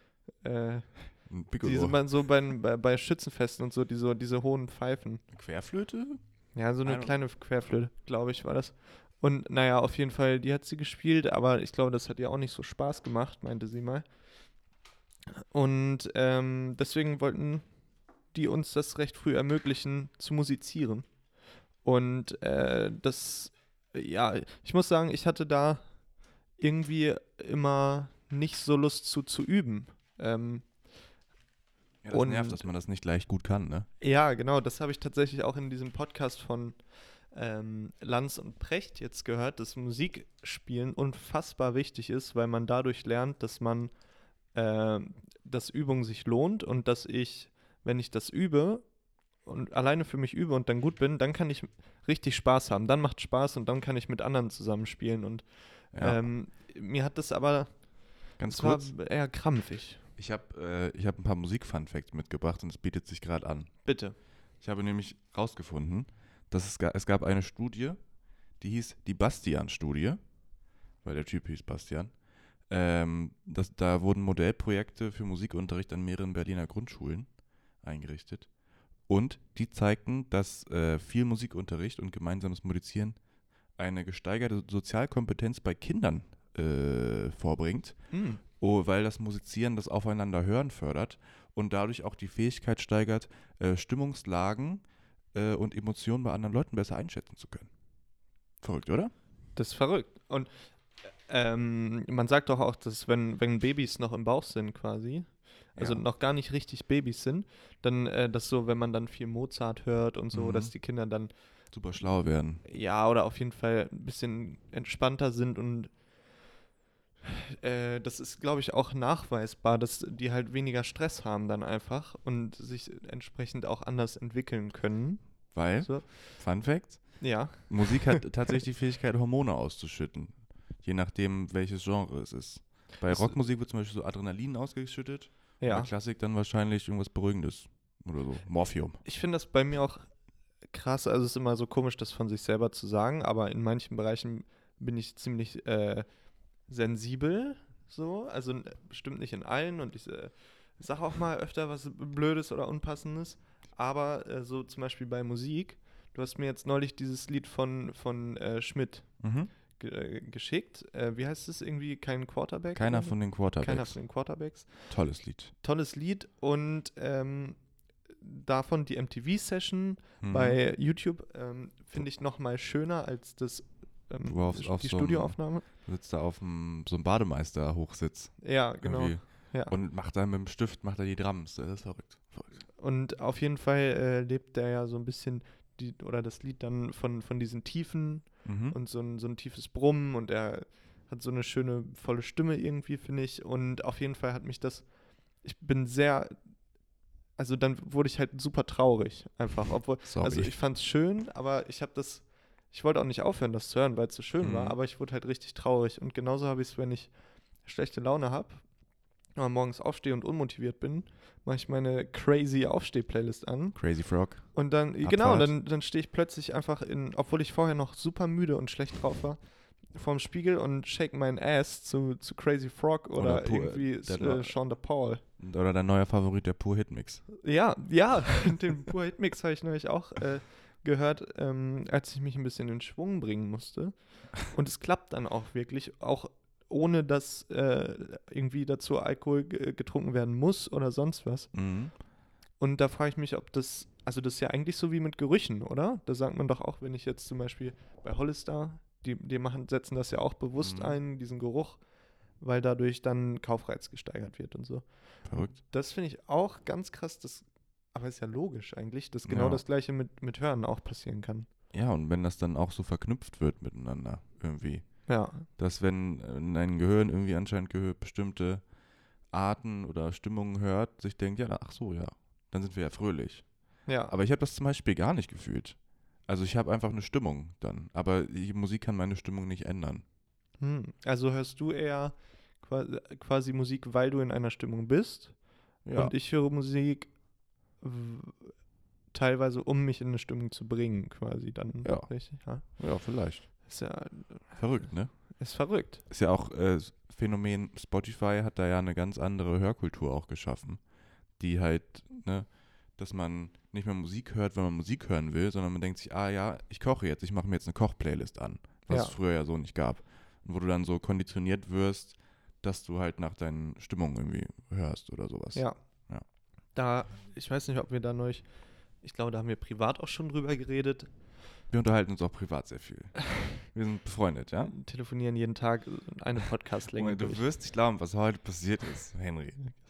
diese man so bei Schützenfesten und so, diese hohen Pfeifen. Querflöte? Ja, so eine kleine Querflöte, glaube ich, war das. Und naja, auf jeden Fall, die hat sie gespielt, aber ich glaube, das hat ihr auch nicht so Spaß gemacht, meinte sie mal. Und deswegen wollten die uns das recht früh ermöglichen, zu musizieren. Und ich muss sagen, ich hatte da irgendwie immer nicht so Lust zu üben. Ja, das nervt, dass man das nicht leicht gut kann, ne? Ja, genau, das habe ich tatsächlich auch in diesem Podcast von Lanz und Precht jetzt gehört, dass Musikspielen unfassbar wichtig ist, weil man dadurch lernt, dass Übung sich lohnt und dass wenn ich das übe und alleine für mich übe und dann gut bin, dann kann ich richtig Spaß haben. Dann macht Spaß und dann kann ich mit anderen zusammenspielen. Und mir hat das aber ganz kurz war eher krampfig. Ich hab ein paar Musik-Fun-Facts mitgebracht und es bietet sich gerade an. Bitte. Ich habe nämlich rausgefunden, dass es gab eine Studie, die hieß die Bastian-Studie, weil der Typ hieß Bastian. Da wurden Modellprojekte für Musikunterricht an mehreren Berliner Grundschulen eingerichtet. Und die zeigten, dass viel Musikunterricht und gemeinsames Musizieren eine gesteigerte Sozialkompetenz bei Kindern vorbringt. Weil das Musizieren das Aufeinanderhören fördert und dadurch auch die Fähigkeit steigert, Stimmungslagen und Emotionen bei anderen Leuten besser einschätzen zu können. Verrückt, oder? Das ist verrückt. Und man sagt doch auch, dass wenn Babys noch im Bauch sind quasi, also noch gar nicht richtig Babys sind, dann das so, wenn man dann viel Mozart hört und so, dass die Kinder dann super schlau werden. Ja, oder auf jeden Fall ein bisschen entspannter sind und das ist, glaube ich, auch nachweisbar, dass die halt weniger Stress haben dann einfach und sich entsprechend auch anders entwickeln können. Weil, Fun Fact, ja. Musik hat tatsächlich die Fähigkeit, Hormone auszuschütten, je nachdem, welches Genre es ist. Bei Rockmusik wird zum Beispiel so Adrenalin ausgeschüttet, bei Klassik dann wahrscheinlich irgendwas Beruhigendes oder so, Morphium. Ich finde das bei mir auch krass, also es ist immer so komisch, das von sich selber zu sagen, aber in manchen Bereichen bin ich ziemlich sensibel, so, also bestimmt nicht in allen und ich sage auch mal öfter was Blödes oder Unpassendes, aber so zum Beispiel bei Musik, du hast mir jetzt neulich dieses Lied von Schmidt geschickt, wie heißt es irgendwie, kein Quarterback? Keiner von den Quarterbacks. Keiner von den Quarterbacks. Tolles Lied. Tolles Lied und davon die MTV-Session bei YouTube finde ich noch mal schöner als die Studioaufnahme. Du sitzt da auf so einem Bademeister-Hochsitz. Ja, genau. Ja. Und macht da mit dem Stift die Drums. Das ist verrückt. Und auf jeden Fall lebt der ja so ein bisschen das Lied dann von diesen Tiefen und so ein tiefes Brummen, und er hat so eine schöne, volle Stimme irgendwie, finde ich. Und auf jeden Fall hat mich dann wurde ich halt super traurig, einfach. Also ich fand es schön, aber ich wollte auch nicht aufhören, das zu hören, weil es so schön war, aber ich wurde halt richtig traurig. Und genauso habe ich es, wenn ich schlechte Laune habe, aber morgens aufstehe und unmotiviert bin, mache ich meine crazy Aufsteh-Playlist an. Crazy Frog. Und dann, dann stehe ich plötzlich einfach obwohl ich vorher noch super müde und schlecht drauf war, vorm Spiegel und shake meinen Ass zu Crazy Frog oder irgendwie Sean the Paul. Oder dein neuer Favorit, der Pur Hitmix. Ja, den Pur Hitmix habe ich neulich auch gehört, als ich mich ein bisschen in Schwung bringen musste. Und es klappt dann auch wirklich, auch ohne dass irgendwie dazu Alkohol getrunken werden muss oder sonst was. Mhm. Und da frage ich mich, das ist ja eigentlich so wie mit Gerüchen, oder? Da sagt man doch auch, wenn ich jetzt zum Beispiel bei Hollister, die setzen das ja auch bewusst ein, diesen Geruch, weil dadurch dann Kaufreiz gesteigert wird und so. Verrückt. Das finde ich auch ganz krass, aber ist ja logisch eigentlich, dass genau das Gleiche mit Hören auch passieren kann. Ja, und wenn das dann auch so verknüpft wird miteinander irgendwie. Ja. Dass wenn dein Gehirn irgendwie anscheinend bestimmte Arten oder Stimmungen hört, sich denkt, ja, ach so, ja, dann sind wir ja fröhlich. Ja. Aber ich habe das zum Beispiel gar nicht gefühlt. Also ich habe einfach eine Stimmung dann, aber die Musik kann meine Stimmung nicht ändern. Also hörst du eher quasi Musik, weil du in einer Stimmung bist, und ich höre Musik teilweise, um mich in eine Stimmung zu bringen, quasi dann. Ja. Richtig, ja. Ja, vielleicht. Ist ja verrückt, ne? Ist verrückt. Ist ja auch Phänomen, Spotify hat da ja eine ganz andere Hörkultur auch geschaffen, die halt, ne, dass man nicht mehr Musik hört, wenn man Musik hören will, sondern man denkt sich, ich koche jetzt, ich mache mir jetzt eine Kochplaylist an, was es früher ja so nicht gab. Und wo du dann so konditioniert wirst, dass du halt nach deinen Stimmungen irgendwie hörst oder sowas. Ja. Ich weiß nicht, ob wir da ich glaube, da haben wir privat auch schon drüber geredet. Wir unterhalten uns auch privat sehr viel. Wir sind befreundet, ja? Telefonieren jeden Tag eine Podcast-Länge. Du wirst nicht glauben, was heute passiert ist, Henry.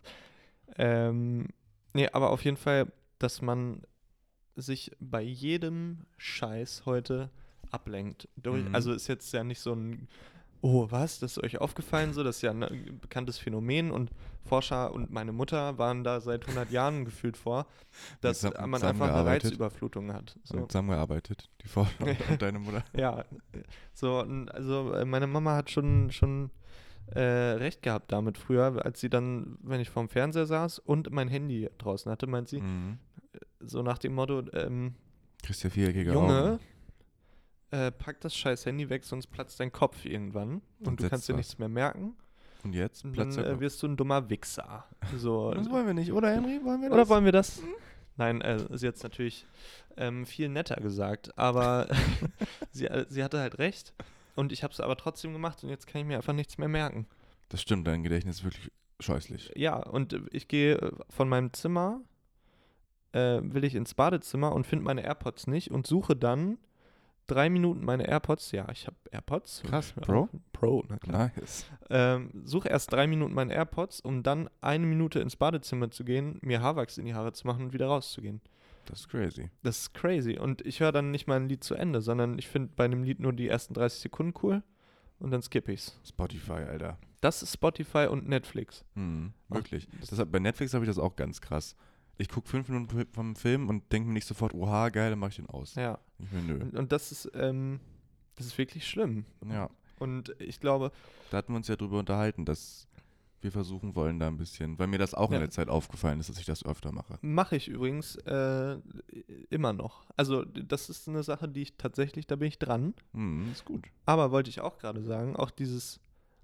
Nee, aber auf jeden Fall, dass man sich bei jedem Scheiß heute ablenkt. Also ist jetzt ja nicht so ein, oh, was, das ist euch aufgefallen so? Das ist ja ein bekanntes Phänomen, und Forscher und meine Mutter waren da seit 100 Jahren gefühlt vor, dass man einfach eine Reizüberflutung hat. So. Zusammengearbeitet, die Forscher und deine Mutter. Ja, so, also meine Mama hat schon recht gehabt damit früher, als sie dann, wenn ich vorm Fernseher saß und mein Handy draußen hatte, meint sie, so nach dem Motto, kriegst ja viereckige Junge, pack das scheiß Handy weg, sonst platzt dein Kopf irgendwann und du kannst dir nichts mehr merken. Und jetzt platzt dann wirst du ein dummer Wichser. So. Das wollen wir nicht, oder Henry? Wollen wir das? Oder wollen wir das? Nein, ist jetzt natürlich viel netter gesagt, aber sie hatte halt recht, und ich habe es aber trotzdem gemacht, und jetzt kann ich mir einfach nichts mehr merken. Das stimmt, dein Gedächtnis ist wirklich scheußlich. Ja, und ich gehe von meinem Zimmer, will ich ins Badezimmer und finde meine AirPods nicht und suche dann 3 Minuten meine AirPods. Ja, ich habe AirPods. Krass, Pro? Pro, na klar. Nice. Suche erst 3 Minuten meine AirPods, um dann 1 Minute ins Badezimmer zu gehen, mir Haarwachs in die Haare zu machen und wieder rauszugehen. Das ist crazy. Das ist crazy. Und ich höre dann nicht mal ein Lied zu Ende, sondern ich finde bei einem Lied nur die ersten 30 Sekunden cool und dann skippe ich's. Spotify, Alter. Das ist Spotify und Netflix. Wirklich. Bei Netflix habe ich das auch ganz krass. Ich gucke 5 Minuten vom Film und denke mir nicht sofort, oha, geil, dann mache ich den aus. Ja. Ich will, nö. Und das ist wirklich schlimm. Ja. Und ich glaube... Da hatten wir uns ja drüber unterhalten, dass wir versuchen wollen da ein bisschen, weil mir das auch in der Zeit aufgefallen ist, dass ich das öfter mache. Mache ich übrigens immer noch. Also das ist eine Sache, die ich tatsächlich, da bin ich dran. Ist gut. Aber wollte ich auch gerade sagen, auch dieses,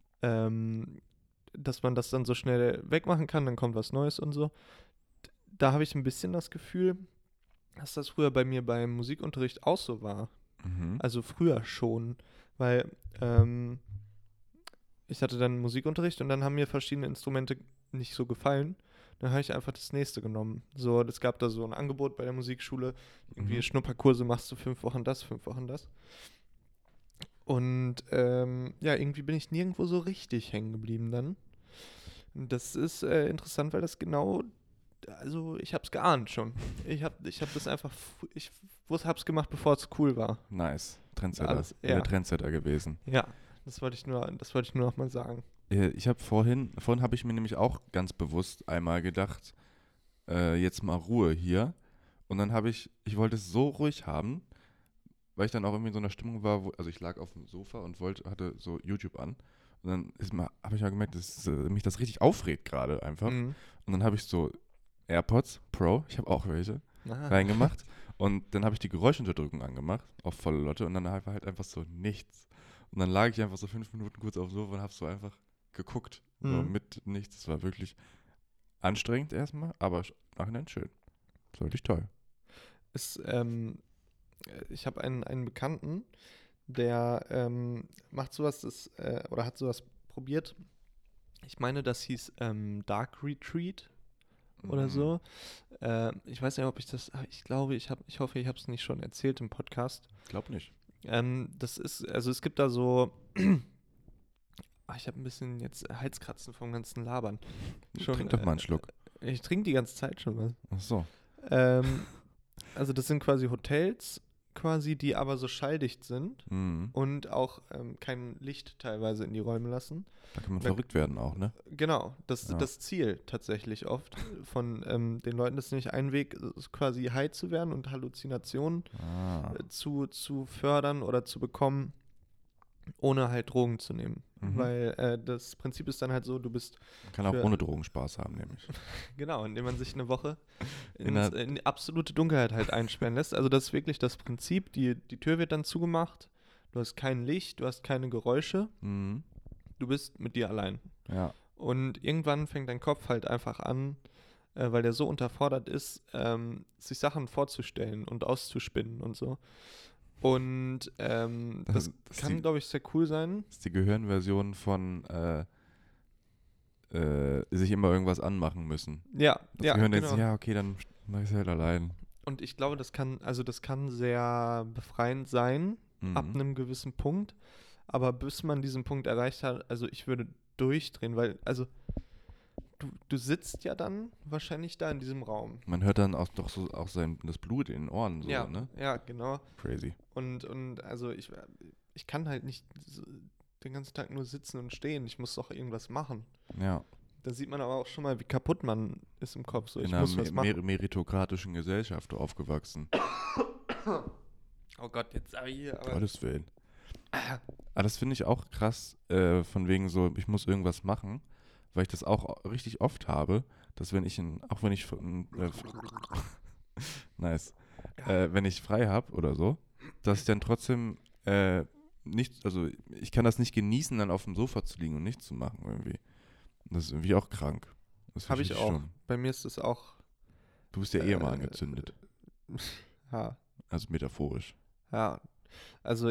dass man das dann so schnell wegmachen kann, dann kommt was Neues und so. Da habe ich ein bisschen das Gefühl, dass das früher bei mir beim Musikunterricht auch so war. Also früher schon, weil ich hatte dann Musikunterricht und dann haben mir verschiedene Instrumente nicht so gefallen. Dann habe ich einfach das nächste genommen. So, es gab da so ein Angebot bei der Musikschule. Irgendwie Schnupperkurse machst du 5 Wochen das, 5 Wochen das. Und ja, irgendwie bin ich nirgendwo so richtig hängen geblieben dann. Und das ist interessant, weil das genau, also ich habe es geahnt schon. Ich hab das einfach, ich hab's gemacht, bevor es cool war. Nice. Trendsetter. Alles, Ich bin der Trendsetter gewesen. Ja, das wollte ich nur noch mal sagen. Ich habe vorhin habe ich mir nämlich auch ganz bewusst einmal gedacht, jetzt mal Ruhe hier. Und dann ich wollte es so ruhig haben, weil ich dann auch irgendwie in so einer Stimmung war, also ich lag auf dem Sofa und hatte so YouTube an. Und dann habe ich mal gemerkt, dass mich das richtig aufregt gerade einfach. Und dann habe ich so AirPods Pro, ich habe auch welche, reingemacht. Und dann habe ich die Geräuschunterdrückung angemacht, auf volle Lotte. Und dann war halt einfach so nichts. Und dann lag ich einfach so 5 Minuten kurz auf dem Sofa und habe so einfach geguckt. So mit nichts. Es war wirklich anstrengend erstmal, aber nachhinein schön. Das war wirklich toll. Ich habe einen Bekannten, der macht sowas, oder hat sowas probiert. Ich meine, das hieß Dark Retreat oder so. Ich weiß nicht, ob ich das, ich glaube, ich hoffe, ich habe es nicht schon erzählt im Podcast. Ich glaube nicht. Das ist, also es gibt da so, ich habe ein bisschen jetzt Halskratzen vom ganzen Labern. Trink doch mal einen Schluck. Ich trinke die ganze Zeit schon was. Ach so. Also das sind quasi Hotels, die aber so schalldicht sind und auch kein Licht teilweise in die Räume lassen. Da kann man verrückt werden auch, ne? Genau, das ist das Ziel tatsächlich oft von den Leuten. Das ist nämlich ein Weg, ist quasi high zu werden und Halluzinationen zu fördern oder zu bekommen, ohne halt Drogen zu nehmen. Weil das Prinzip ist dann halt so, du bist... Man kann auch ohne Drogen Spaß haben, nämlich. Genau, indem man sich eine Woche in absolute Dunkelheit halt einsperren lässt. Also das ist wirklich das Prinzip. Die Tür wird dann zugemacht, du hast kein Licht, du hast keine Geräusche, du bist mit dir allein. Ja. Und irgendwann fängt dein Kopf halt einfach an, weil der so unterfordert ist, sich Sachen vorzustellen und auszuspinnen und so. Und das kann, glaube ich, sehr cool sein. Das ist die Gehirnversion von sich immer irgendwas anmachen müssen. Ja, das ja, Gehirn genau. denkt sich, ja, okay, dann mach ich es halt allein. Und ich glaube, das kann sehr befreiend sein, ab einem gewissen Punkt. Aber bis man diesen Punkt erreicht hat, also ich würde durchdrehen, weil, also du sitzt ja dann wahrscheinlich da in diesem Raum. Man hört dann auch das Blut in den Ohren, so, ja, ne? Ja, genau. Crazy. Und also ich kann halt nicht den ganzen Tag nur sitzen und stehen. Ich muss doch irgendwas machen. Ja. Da sieht man aber auch schon mal, wie kaputt man ist im Kopf. So, in einer meritokratischen Gesellschaft aufgewachsen. Oh Gott, jetzt aber hier. Gottes Willen. Aber das finde ich auch krass, von wegen so, ich muss irgendwas machen, weil ich das auch richtig oft habe, dass wenn ich nice, wenn ich frei habe oder so, dass ich dann trotzdem also ich kann das nicht genießen, dann auf dem Sofa zu liegen und nichts zu machen irgendwie. Das ist irgendwie auch krank. Habe ich auch. Schon. Bei mir ist es auch. Du bist ja mal angezündet. Ja. Also metaphorisch. Ja. Also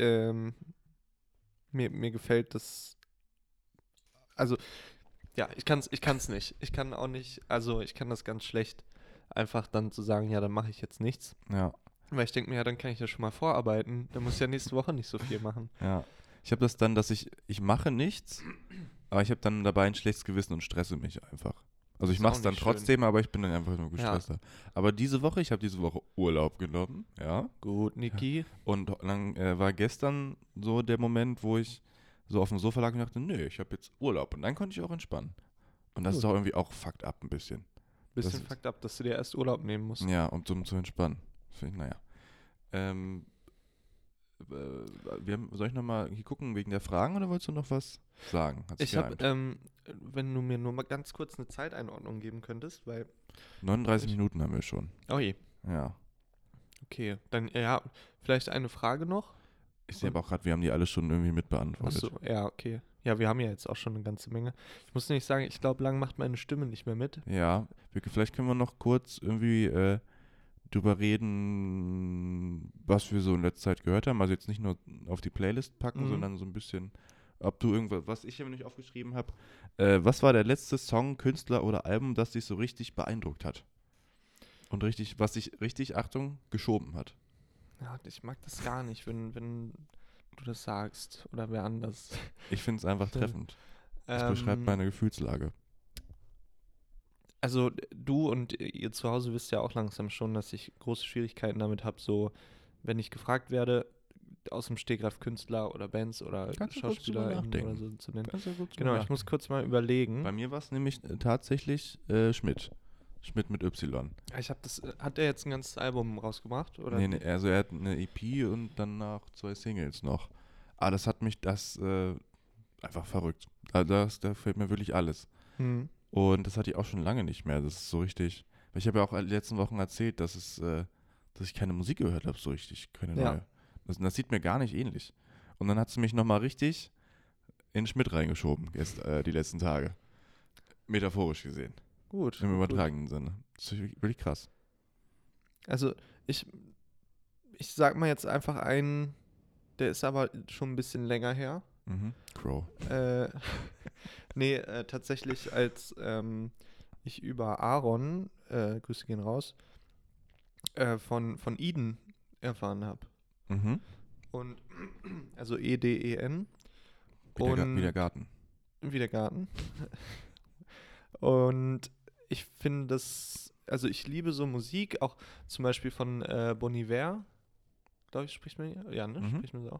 mir gefällt das. Also ja, ich kann's nicht. Ich kann auch nicht. Also ich kann das ganz schlecht, einfach dann zu sagen, ja, dann mache ich jetzt nichts. Ja. Weil ich denke mir, ja, dann kann ich ja schon mal vorarbeiten. Dann muss ich ja nächste Woche nicht so viel machen. Ja. Ich habe das dann, dass ich mache nichts, aber ich habe dann dabei ein schlechtes Gewissen und stresse mich einfach. Also ich mache es dann trotzdem, aber ich bin dann einfach nur gestresster. Ja. Aber ich habe diese Woche Urlaub genommen, ja. Gut, Niki. Ja. Und dann war gestern so der Moment, wo ich so auf dem Sofa lag und dachte, nö, ich habe jetzt Urlaub. Und dann konnte ich auch entspannen. Und das ist auch irgendwie auch fucked up ein bisschen. Fucked up, dass du dir erst Urlaub nehmen musst. Ja, um zu entspannen. Finde ich, naja. Soll ich nochmal hier gucken wegen der Fragen oder wolltest du noch was sagen? Ich habe, wenn du mir nur mal ganz kurz eine Zeiteinordnung geben könntest, weil 39 Minuten haben wir schon. Oh je. Ja. Okay, dann ja, vielleicht eine Frage noch. Ich sehe aber auch gerade, wir haben die alle schon irgendwie mitbeantwortet. Achso, ja, okay. Ja, wir haben ja jetzt auch schon eine ganze Menge. Ich muss nicht sagen, ich glaube, lang macht meine Stimme nicht mehr mit. Ja, vielleicht können wir noch kurz irgendwie drüber reden, was wir so in letzter Zeit gehört haben. Also jetzt nicht nur auf die Playlist packen, sondern so ein bisschen ob du irgendwas, was ich hier nicht aufgeschrieben habe, was war der letzte Song, Künstler oder Album, das dich so richtig beeindruckt hat? Und richtig, was dich richtig, Achtung, geschoben hat? Ja, ich mag das gar nicht, wenn du das sagst oder wer anders. Ich finde es einfach treffend. Das beschreibt meine Gefühlslage. Also du und ihr zu Hause wisst ja auch langsam schon, dass ich große Schwierigkeiten damit habe, so wenn ich gefragt werde, aus dem Stegreif Künstler oder Bands oder Schauspieler oder so zu nennen. Genau, ich muss kurz mal überlegen. Bei mir war es nämlich tatsächlich Schmidt. Schmidt mit Y. Hat er jetzt ein ganzes Album rausgebracht? Oder? Nee, also er hat eine EP und danach 2 Singles noch. Aber das hat mich einfach verrückt. Da fällt mir wirklich alles. Und das hatte ich auch schon lange nicht mehr. Das ist so richtig. Weil ich habe ja auch in den letzten Wochen erzählt, dass ich keine Musik gehört habe, so richtig. Keine neue. Das sieht mir gar nicht ähnlich. Und dann hat sie mich nochmal richtig in Schmidt reingeschoben, die letzten Tage. Metaphorisch gesehen. Gut. Im übertragenen Sinne. Das ist wirklich krass. Also ich sag mal jetzt einfach einen, der ist aber schon ein bisschen länger her. Crow. Nee, tatsächlich als ich über Aaron, Grüße gehen raus, von Eden erfahren habe. Und also EDEN. Wie der Garten. Wie der Garten. Und ich finde also ich liebe so Musik, auch zum Beispiel von Bon Iver. Glaube ich, spricht man hier? Ja, ne? Spricht man so auch.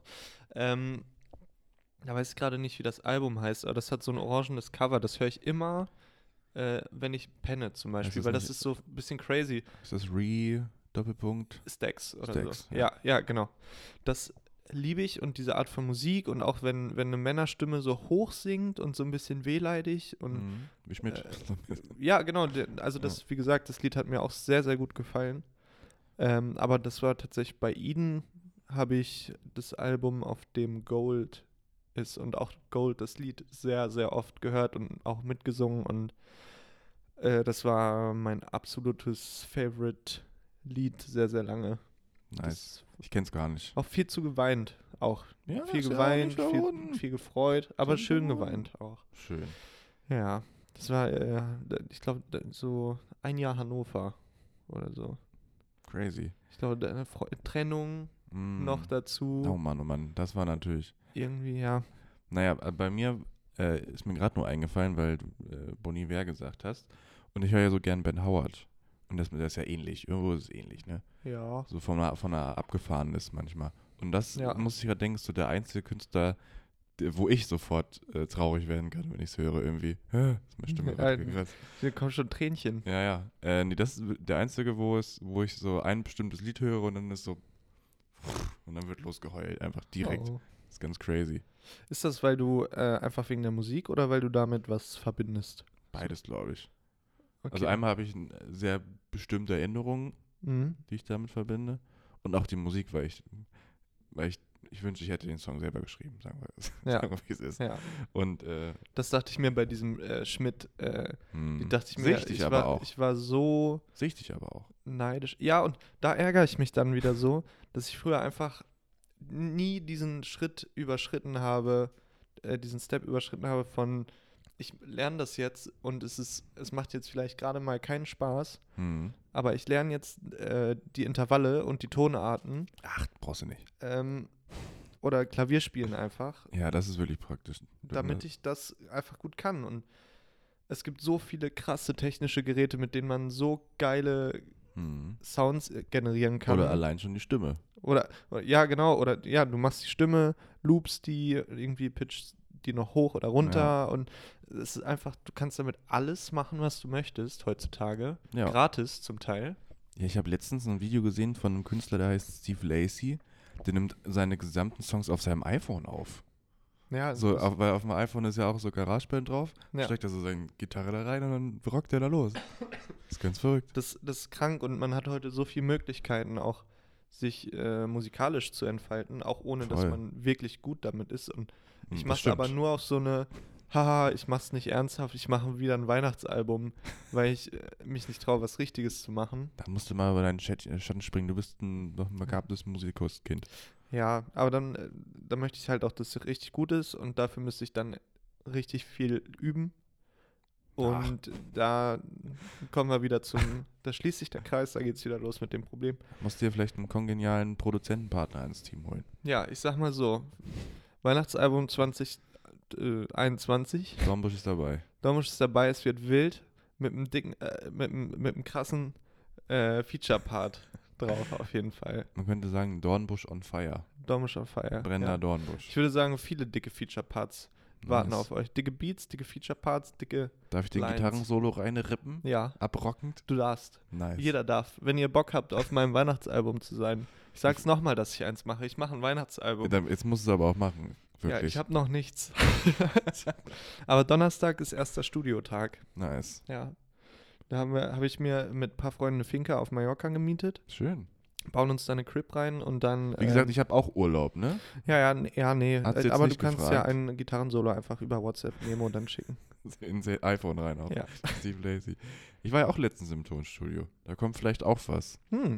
Da weiß ich gerade nicht, wie das Album heißt, aber das hat so ein orangenes Cover. Das höre ich immer, wenn ich penne zum Beispiel, weil das ist so ein bisschen crazy. Ist das Doppelpunkt? Stax oder so. Ja, genau. Das liebe ich und diese Art von Musik und auch wenn eine Männerstimme so hoch singt und so ein bisschen wehleidig und wie Schmidt. Ja, genau. Also das, wie gesagt, das Lied hat mir auch sehr, sehr gut gefallen. Aber das war tatsächlich bei Eden, habe ich das Album, auf dem Gold ist und auch Gold, das Lied, sehr, sehr oft gehört und auch mitgesungen und das war mein absolutes Favorite-Lied sehr, sehr lange. Nice. Ich kenn's gar nicht. Auch viel zu geweint, auch. Ja, viel geweint, viel gefreut, aber schön geweint auch. Schön. Ja, das war, ich glaube, so ein Jahr Hannover oder so. Crazy. Ich glaube, eine Trennung noch dazu. Oh Mann, das war natürlich. Irgendwie, ja. Naja, bei mir ist mir gerade nur eingefallen, weil du Bon Iver gesagt hast. Und ich höre ja so gern Ben Howard. Und das ist ja ähnlich. Irgendwo ist es ähnlich, ne? Ja. So von einer abgefahren ist manchmal. Und das muss ich ja denken, ist so der einzige Künstler, wo ich sofort traurig werden kann, wenn ich es höre irgendwie. Ist meine Stimme gerade gekratzt. Hier kommen schon Tränchen. Ja. Nee, das ist der einzige, wo ich so ein bestimmtes Lied höre und dann ist so und dann wird losgeheult, einfach direkt. Oh. Das ist ganz crazy. Ist das, weil du einfach wegen der Musik oder weil du damit was verbindest? Beides, glaube ich. Okay. Also einmal habe ich eine sehr bestimmte Erinnerung, die ich damit verbinde. Und auch die Musik, weil ich wünschte, ich hätte den Song selber geschrieben, sagen wir, wie es ist. Ja. Und das dachte ich mir bei diesem Schmidt. Die dachte ich mir, Sichtig aber auch. Ich war so Sichtig aber auch. neidisch. Ja, und da ärgere ich mich dann wieder so, dass ich früher einfach nie diesen Schritt überschritten habe, diesen Step überschritten habe von ich lerne das jetzt und es macht jetzt vielleicht gerade mal keinen Spaß, aber ich lerne jetzt die Intervalle und die Tonarten. Ach, brauchst du nicht. Oder Klavier spielen einfach. Ja, das ist wirklich praktisch. Damit ich das einfach gut kann. Und es gibt so viele krasse technische Geräte, mit denen man so geile Sounds generieren kann. Oder allein schon die Stimme. Oder ja, genau. Oder ja, du machst die Stimme, loopst die, irgendwie pitchst die noch hoch oder runter und es ist einfach, du kannst damit alles machen, was du möchtest heutzutage. Ja. Gratis zum Teil. Ja, ich habe letztens ein Video gesehen von einem Künstler, der heißt Steve Lacy. Der nimmt seine gesamten Songs auf seinem iPhone auf. Ja. So, weil auf dem iPhone ist ja auch so GarageBand drauf. Ja. Steckt er so seine Gitarre da rein und dann rockt er da los. Das ist ganz verrückt. Das ist krank und man hat heute so viele Möglichkeiten auch, sich musikalisch zu entfalten, auch ohne, dass man wirklich gut damit ist. Und ich mache aber nur auf so eine, ich mach's nicht ernsthaft, ich mache wieder ein Weihnachtsalbum, weil ich mich nicht traue, was Richtiges zu machen. Da musst du mal über deinen Schatten springen, du bist noch ein begabtes Musikerskind. Ja, aber dann möchte ich halt auch, dass es richtig gut ist und dafür müsste ich dann richtig viel üben. Und da kommen wir wieder da schließt sich der Kreis, da geht es wieder los mit dem Problem. Musst dir vielleicht einen kongenialen Produzentenpartner ins Team holen. Ja, ich sag mal so, Weihnachtsalbum 2021. Dornbusch ist dabei. Dornbusch ist dabei, es wird wild mit einem dicken, mit einem krassen Feature-Part drauf auf jeden Fall. Man könnte sagen, Dornbusch on fire. Dornbusch on fire. Brennender Dornbusch. Ich würde sagen, viele dicke Feature-Parts warten auf euch. Dicke Beats, dicke Feature-Parts, dicke Darf ich den Lines. Gitarrensolo reinrippen? Ja. Abrockend? Du darfst. Nice. Jeder darf. Wenn ihr Bock habt, auf meinem Weihnachtsalbum zu sein. Ich sag's nochmal, dass ich eins mache. Ich mache ein Weihnachtsalbum. Jetzt musst du es aber auch machen. Wirklich. Ja, ich habe noch nichts. Aber Donnerstag ist erster Studiotag. Nice. Ja. Da habe ich mir mit ein paar Freunden eine Finca auf Mallorca gemietet. Schön. Bauen uns da eine Crib rein und dann. Wie gesagt, ich habe auch Urlaub, ne? Ja, nee. Hat's jetzt Aber du nicht kannst gefragt? ja ein Gitarrensolo einfach über WhatsApp-Memo dann schicken. Ins iPhone rein auch. Ja. Steve Lacy. Ich war ja auch letztens im Tonstudio. Da kommt vielleicht auch was.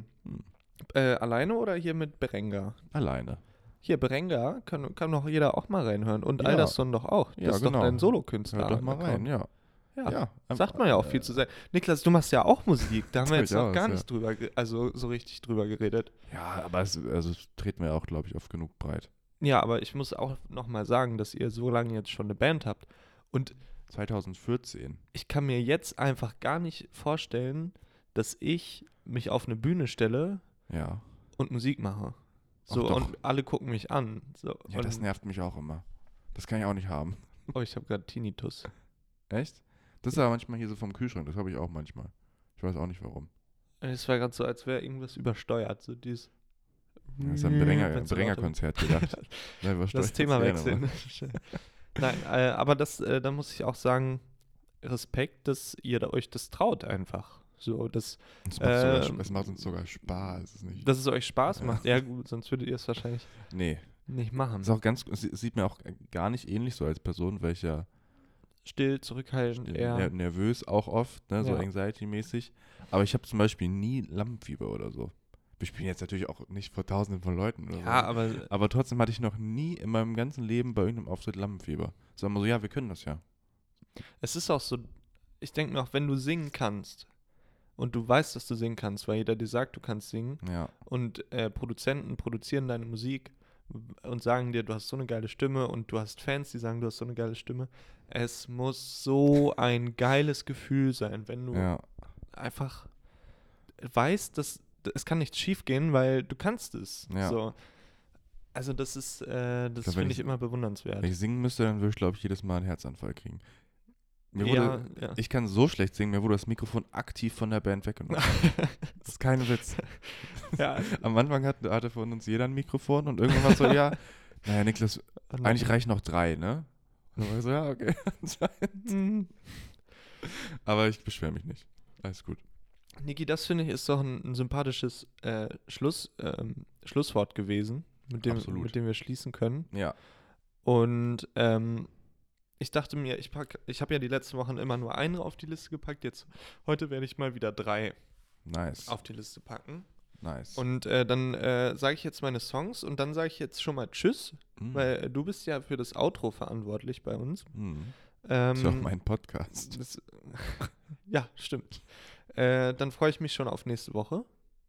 Alleine oder hier mit Berenga? Alleine. Hier, Berenga, kann doch jeder auch mal reinhören. Und Ja. Alderson doch auch. Das Ja, ist genau. doch dein Solokünstler. Hört doch mal rein, ja. Ja. Sagt man ja auch viel zu sehr. Niklas, du machst ja auch Musik. Da haben wir jetzt noch gar nicht so richtig drüber geredet. Ja, aber es treten wir auch, glaube ich, oft genug breit. Ja, aber ich muss auch nochmal sagen, dass ihr so lange jetzt schon eine Band habt. Und 2014. ich kann mir jetzt einfach gar nicht vorstellen, dass ich mich auf eine Bühne stelle Ja. und Musik mache. So, Ach doch. und alle gucken mich an. So, Ja, und, das nervt mich auch immer. Das kann ich auch nicht haben. Oh, ich habe gerade Tinnitus. Echt? Das ist aber manchmal hier so vom Kühlschrank. Das habe ich auch manchmal. Ich weiß auch nicht warum. Es war gerade so, als wäre irgendwas übersteuert. So dieses. Das ist ein Brenger-Konzert gedacht. Das Thema wechseln. Nein, aber da muss ich auch sagen, Respekt, dass ihr euch das traut einfach. So, Es macht uns sogar Spaß. Ist nicht dass es euch Spaß macht. Ja gut, sonst würdet ihr es wahrscheinlich nicht machen. Ist auch es sieht mir auch gar nicht ähnlich so als Person, welcher Still, zurückhaltend, eher. nervös auch oft, ne, so Ja. Anxiety-mäßig. Aber ich habe zum Beispiel nie Lampenfieber oder so. Wir spielen jetzt natürlich auch nicht vor Tausenden von Leuten oder Ja, so. Aber trotzdem hatte ich noch nie in meinem ganzen Leben bei irgendeinem Auftritt Lampenfieber. Sagen wir so, ja, wir können das ja. Es ist auch so, ich denke mir auch, wenn du singen kannst und du weißt, dass du singen kannst, weil jeder dir sagt, du kannst singen Ja. und Produzenten produzieren deine Musik und sagen dir, du hast so eine geile Stimme und du hast Fans, die sagen, du hast so eine geile Stimme. Es muss so ein geiles Gefühl sein, wenn du Ja. einfach weißt, dass es kann nicht schief gehen, weil du kannst es. Ja. So. Also das ist, das wenn finde ich ich- immer bewundernswert. Wenn ich singen müsste, dann würde ich, glaube ich, jedes Mal einen Herzanfall kriegen. Ja. Ich kann so schlecht singen, mir wurde das Mikrofon aktiv von der Band weggenommen. Das ist kein Witz. Ja. Am Anfang hatte von uns jeder ein Mikrofon und irgendwann war es so, ja, naja, Niklas, eigentlich reichen noch 3, ne? Und dann war ich so, ja, okay, anscheinend. Mhm. Aber ich beschwere mich nicht. Alles gut. Niki, das finde ich ist doch ein sympathisches Schlusswort gewesen, mit Absolut. dem wir schließen können. Ja. Und ich dachte mir, ich habe ja die letzten Wochen immer nur eine auf die Liste gepackt. Heute werde ich mal wieder 3 Nice. auf die Liste packen. Nice. Und dann sage ich jetzt meine Songs und dann sage ich jetzt schon mal Tschüss, weil du bist ja für das Outro verantwortlich bei uns. Das ist auch mein Podcast. Ja, stimmt. Dann freue ich mich schon auf nächste Woche,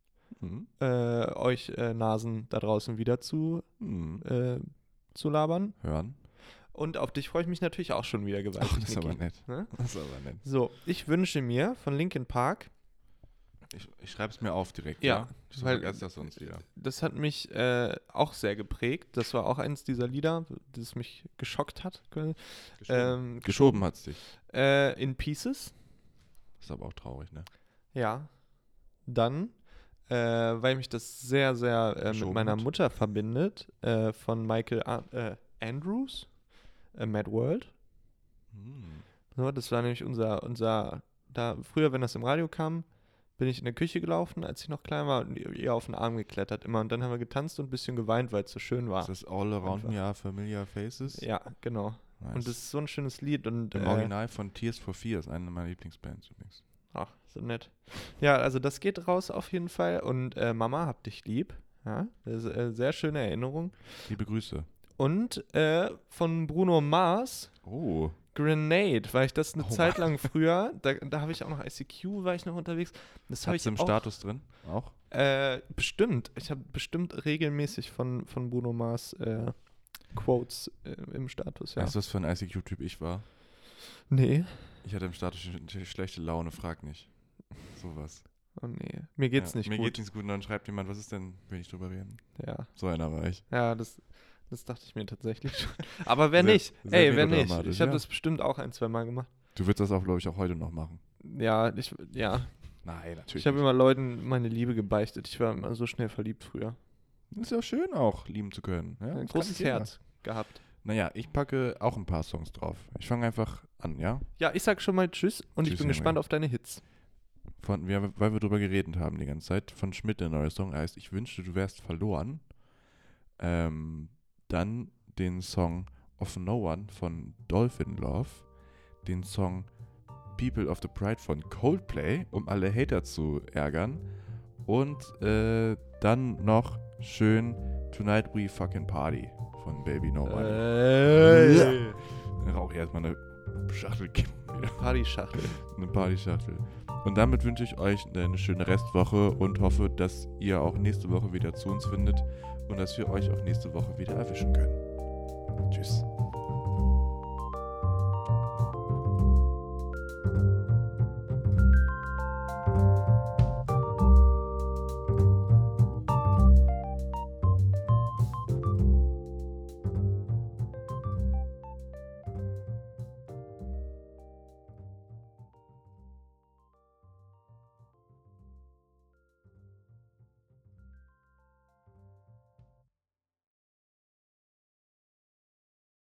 euch Nasen da draußen wieder zu labern. Hören. Und auf dich freue ich mich natürlich auch schon wieder gewaltig. Ach, das ist Niki. aber nett. Ne? Das ist aber nett. So, ich wünsche mir von Linkin Park, Ich schreibe es mir auf direkt. Ja, Ich weil- vergesse das sonst wieder. das hat mich auch sehr geprägt. Das war auch eins dieser Lieder, das mich geschockt hat. Geschoben hat es dich. In Pieces. Ist aber auch traurig, ne? Ja. Dann, weil mich das sehr, sehr mit Geschoben meiner hat. Mutter verbindet, von Michael Andrews, Mad World. So, das war nämlich früher, wenn das im Radio kam, bin ich in der Küche gelaufen, als ich noch klein war, und ihr auf den Arm geklettert immer. Und dann haben wir getanzt und ein bisschen geweint, weil es so schön war. Ist das All Around Einfach. Me Are Familiar Faces? Ja, genau. Nice. Und das ist so ein schönes Lied. Und, Im Original von Tears for Fears, eine meiner Lieblingsbands übrigens. Ach, so nett. Ja, also das geht raus auf jeden Fall. Und Mama, hab dich lieb. Ja, das ist eine sehr schöne Erinnerung. Liebe Grüße. Und von Bruno Mars, Grenade, weil ich das eine Zeit lang früher, da habe ich auch noch ICQ, war ich noch unterwegs. Das habe ich im Status drin auch? Bestimmt. Ich habe bestimmt regelmäßig von Bruno Mars Quotes im Status, ja. Weißt du, was für ein ICQ-Typ ich war? Nee. Ich hatte im Status schlechte Laune, frag nicht. Sowas. Oh nee, mir geht's nicht gut. Mir geht's nicht gut und dann schreibt jemand, was ist denn, will ich drüber reden? Ja. So einer war ich. Ja, das dachte ich mir tatsächlich schon. Aber wer nicht? Wer nicht? Ich habe das bestimmt auch 1-2 Mal gemacht. Du würdest das auch, glaube ich, auch heute noch machen. Ja. Nein, natürlich. Ich habe immer Leuten meine Liebe gebeichtet. Ich war immer so schnell verliebt früher. Ist ja schön auch, lieben zu können. Ja, ein großes Herz gehabt. Naja, ich packe auch ein paar Songs drauf. Ich fange einfach an, ja? Ja, ich sag schon mal Tschüss und ich bin gespannt auf deine Hits. Weil wir drüber geredet haben die ganze Zeit. Von Schmidt, der neue Song heißt Ich wünschte, du wärst verloren. Dann den Song Of No One von Dolphin Love. Den Song People of the Pride von Coldplay, um alle Hater zu ärgern. Und dann noch schön Tonight We Fucking Party von Baby No Money. Dann rauche ich erstmal eine Schachtel. Partyschachtel. Eine Partyschachtel. Und damit wünsche ich euch eine schöne Restwoche und hoffe, dass ihr auch nächste Woche wieder zu uns findet und dass wir euch auch nächste Woche wieder erwischen können. Tschüss.